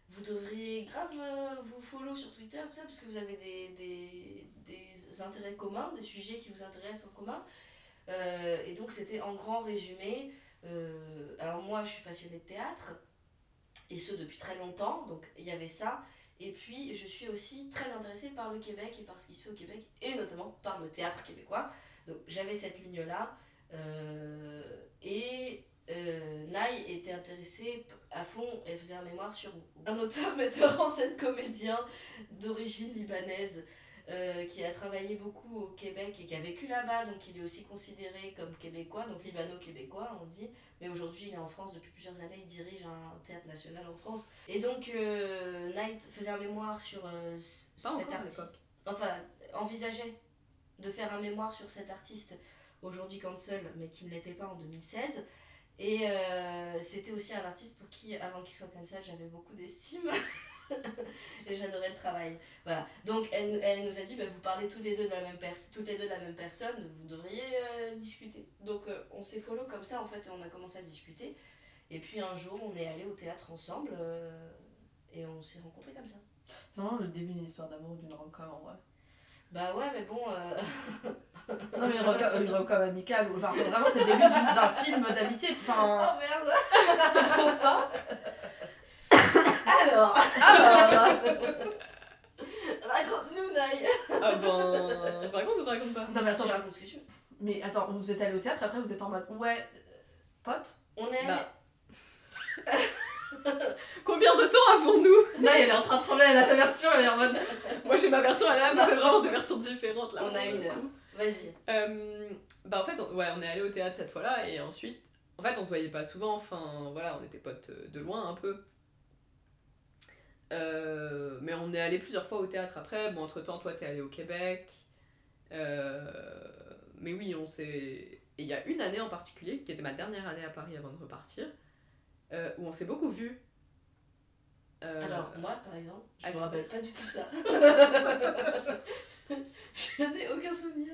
vous devriez grave euh, vous follow sur Twitter, tout ça, parce que vous avez des, des, des intérêts communs, des sujets qui vous intéressent en commun. Euh, et donc c'était en grand résumé. Euh, alors moi je suis passionnée de théâtre, et ce depuis très longtemps, donc il y avait ça. Et puis je suis aussi très intéressée par le Québec et par ce qui se fait au Québec, et notamment par le théâtre québécois. Donc j'avais cette ligne-là. Euh, et euh, Naï était intéressée à fond, elle faisait un mémoire sur un auteur, metteur en scène, comédien d'origine libanaise, euh, qui a travaillé beaucoup au Québec et qui a vécu là-bas, donc il est aussi considéré comme québécois, donc libano-québécois on dit, mais aujourd'hui il est en France depuis plusieurs années, il dirige un théâtre national en France. Et donc euh, Naï faisait un mémoire sur euh, cet artiste, enfin envisageait de faire un mémoire sur cet artiste aujourd'hui cancel, mais qui ne l'était pas en deux mille seize. Et euh, c'était aussi un artiste pour qui, avant qu'il soit cancel, j'avais beaucoup d'estime. Et j'adorais le travail. Voilà. Donc elle, elle nous a dit, bah, vous parlez toutes les deux de la même, pers- toutes les deux de la même personne, vous devriez euh, discuter. Donc euh, on s'est follow comme ça, en fait, on a commencé à discuter. Et puis un jour, on est allés au théâtre ensemble, euh, et on s'est rencontrés comme ça. C'est vraiment le début d'une histoire d'amour, d'une rom-com en vrai. Bah ouais, mais bon... Euh... Non mais une rom-com, une rom-com amicale, enfin vraiment c'est le début d'une- d'un film d'amitié, enfin... Oh merde. Tu trouves pas? Alors Ah bah, raconte-nous, Naï. Ah ben, je raconte ou je raconte pas? non mais attends, Tu racontes ce que tu veux. mais attends, vous êtes allés au théâtre, après vous êtes en mode, ouais, pote? On est allé... Bah. Combien de temps avons-nous? Là elle est en train de trembler, elle a sa version, elle est en mode... Moi j'ai ma version à la mais c'est vraiment des versions différentes là. On a une heure. Vas-y. Euh, bah en fait, on, ouais, on est allé au théâtre cette fois-là et ensuite, en fait, on se voyait pas souvent. Enfin, voilà, on était potes de loin un peu. Euh, mais on est allé plusieurs fois au théâtre après. Bon, entre temps, toi, t'es allé au Québec. Euh, mais oui, on s'est. Et il y a une année en particulier, qui était ma dernière année à Paris avant de repartir, euh, où on s'est beaucoup vus. Euh, Alors, moi, par exemple, je ah, me je- rappelle pas du tout ça. Je n'ai aucun souvenir.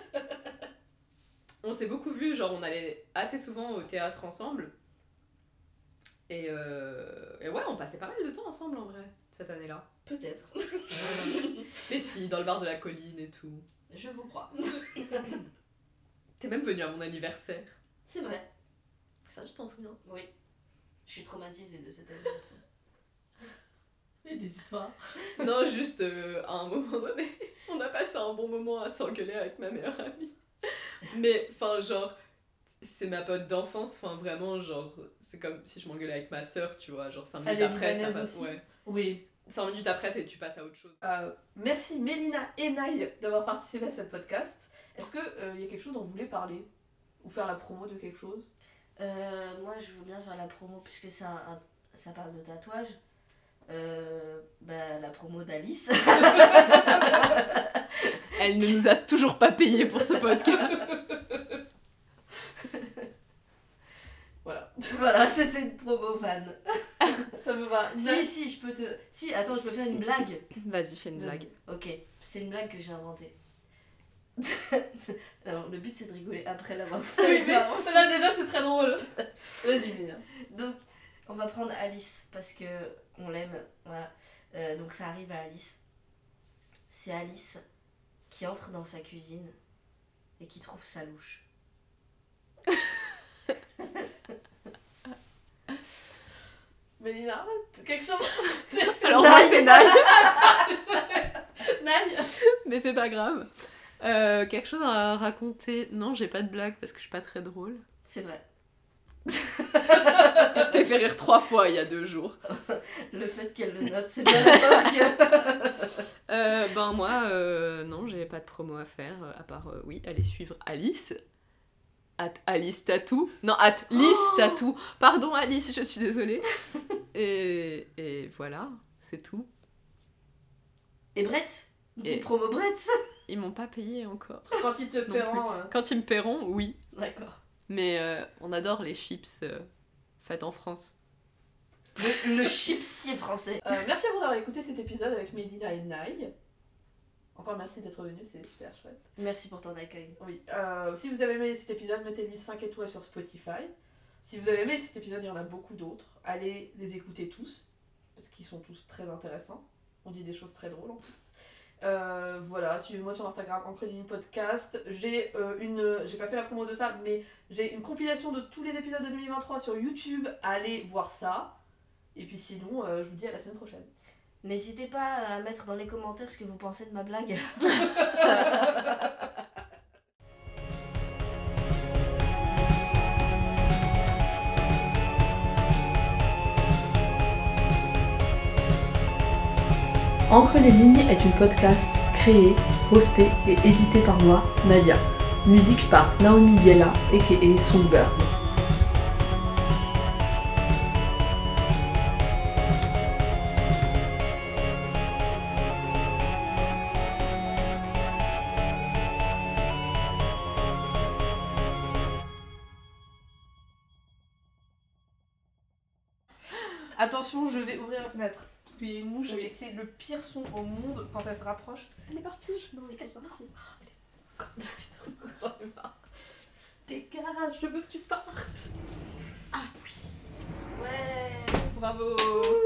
On s'est beaucoup vus, genre on allait assez souvent au théâtre ensemble. Et, euh... et ouais, on passait pas mal de temps ensemble en vrai, cette année-là. Peut-être. Mais si, dans le bar de la colline et tout. Je vous crois. T'es même venu à mon anniversaire. C'est vrai. Ça, je t'en souviens. Oui. Je suis traumatisée de cet anniversaire. Il y a des histoires. Non, juste euh, à un moment donné, on a passé un bon moment à s'engueuler avec ma meilleure amie. Mais, enfin, genre, c'est ma pote d'enfance, enfin, vraiment, genre, c'est comme si je m'engueulais avec ma sœur, tu vois, genre, cinq minutes Elle est après, ça libanaise passe. aussi Ouais. Oui. cinq minutes après, t'es- tu passes à autre chose. Euh, merci Mélina et Naï d'avoir participé à ce podcast. Est-ce qu'il euh, y a quelque chose dont vous voulez parler? Ou faire la promo de quelque chose? Euh, moi, je veux bien faire la promo, puisque ça, un- ça parle de tatouage. Euh, bah, la promo d'Alice. Elle ne nous a toujours pas payé pour ce podcast. Voilà. Voilà, c'était une promo fan. Ça me va. Si, si, je peux te... Si, attends, je peux faire une blague. Vas-y, fais une Vas-y. blague. Ok, c'est une blague que j'ai inventée. Alors, le but, c'est de rigoler après l'avoir fait. Oui, mais là déjà c'est très drôle. Vas-y Mélina. Donc, on va prendre Alice parce que on l'aime. Voilà. Euh, donc, ça arrive à Alice. C'est Alice qui entre dans sa cuisine et qui trouve sa louche. Mélina, quelque chose à dire? Alors moi, c'est Naï. Naï. Mais c'est pas grave. Euh, quelque chose à raconter? Non, j'ai pas de blague parce que je suis pas très drôle. C'est vrai. Je t'ai fait rire trois fois il y a deux jours. Le fait qu'elle le note, c'est bien la Euh, ben moi, euh, non, j'ai pas de promo à faire, euh, à part, euh, oui, aller suivre Alice. At Alice Tattoo. Non, at Liz Tattoo. Pardon Alice, je suis désolée. Et, et voilà, c'est tout. Et Bretz. Petite Et- promo Bretz. Ils m'ont pas payé encore. Quand ils te Non paieront... euh, Quand ils me paieront, oui. D'accord. Mais euh, on adore les chips euh, faites en France. Le, le chipsier français. Euh, merci à vous d'avoir écouté cet épisode avec Mélina et Naï. Encore merci d'être venu, c'est super chouette. Merci pour ton accueil. Oui. Euh, si vous avez aimé cet épisode, mettez-lui cinq étoiles sur Spotify. Si vous avez aimé cet épisode, il y en a beaucoup d'autres. Allez les écouter tous. parce qu'ils sont tous très intéressants. On dit des choses très drôles en plus. Euh, voilà, suivez-moi sur Instagram, Encre et Ligne Podcast. J'ai euh, une. J'ai pas fait la promo de ça, mais j'ai une compilation de tous les épisodes de deux mille vingt-trois sur YouTube. Allez voir ça. Et puis sinon, euh, je vous dis à la semaine prochaine. N'hésitez pas à mettre dans les commentaires ce que vous pensez de ma blague. Encre les lignes est une podcast créée, hostée et édité par moi, Nadia. Musique par Naomi Biela, aka Songbird. Attention, je vais ouvrir la fenêtre. Parce qu'il y a une mouche et c'est le pire son au monde quand elle se rapproche. Elle est partie. Non, elle est partie. J'en ai marre. Dégage, je veux que tu partes. Ah oui. Ouais. Bravo.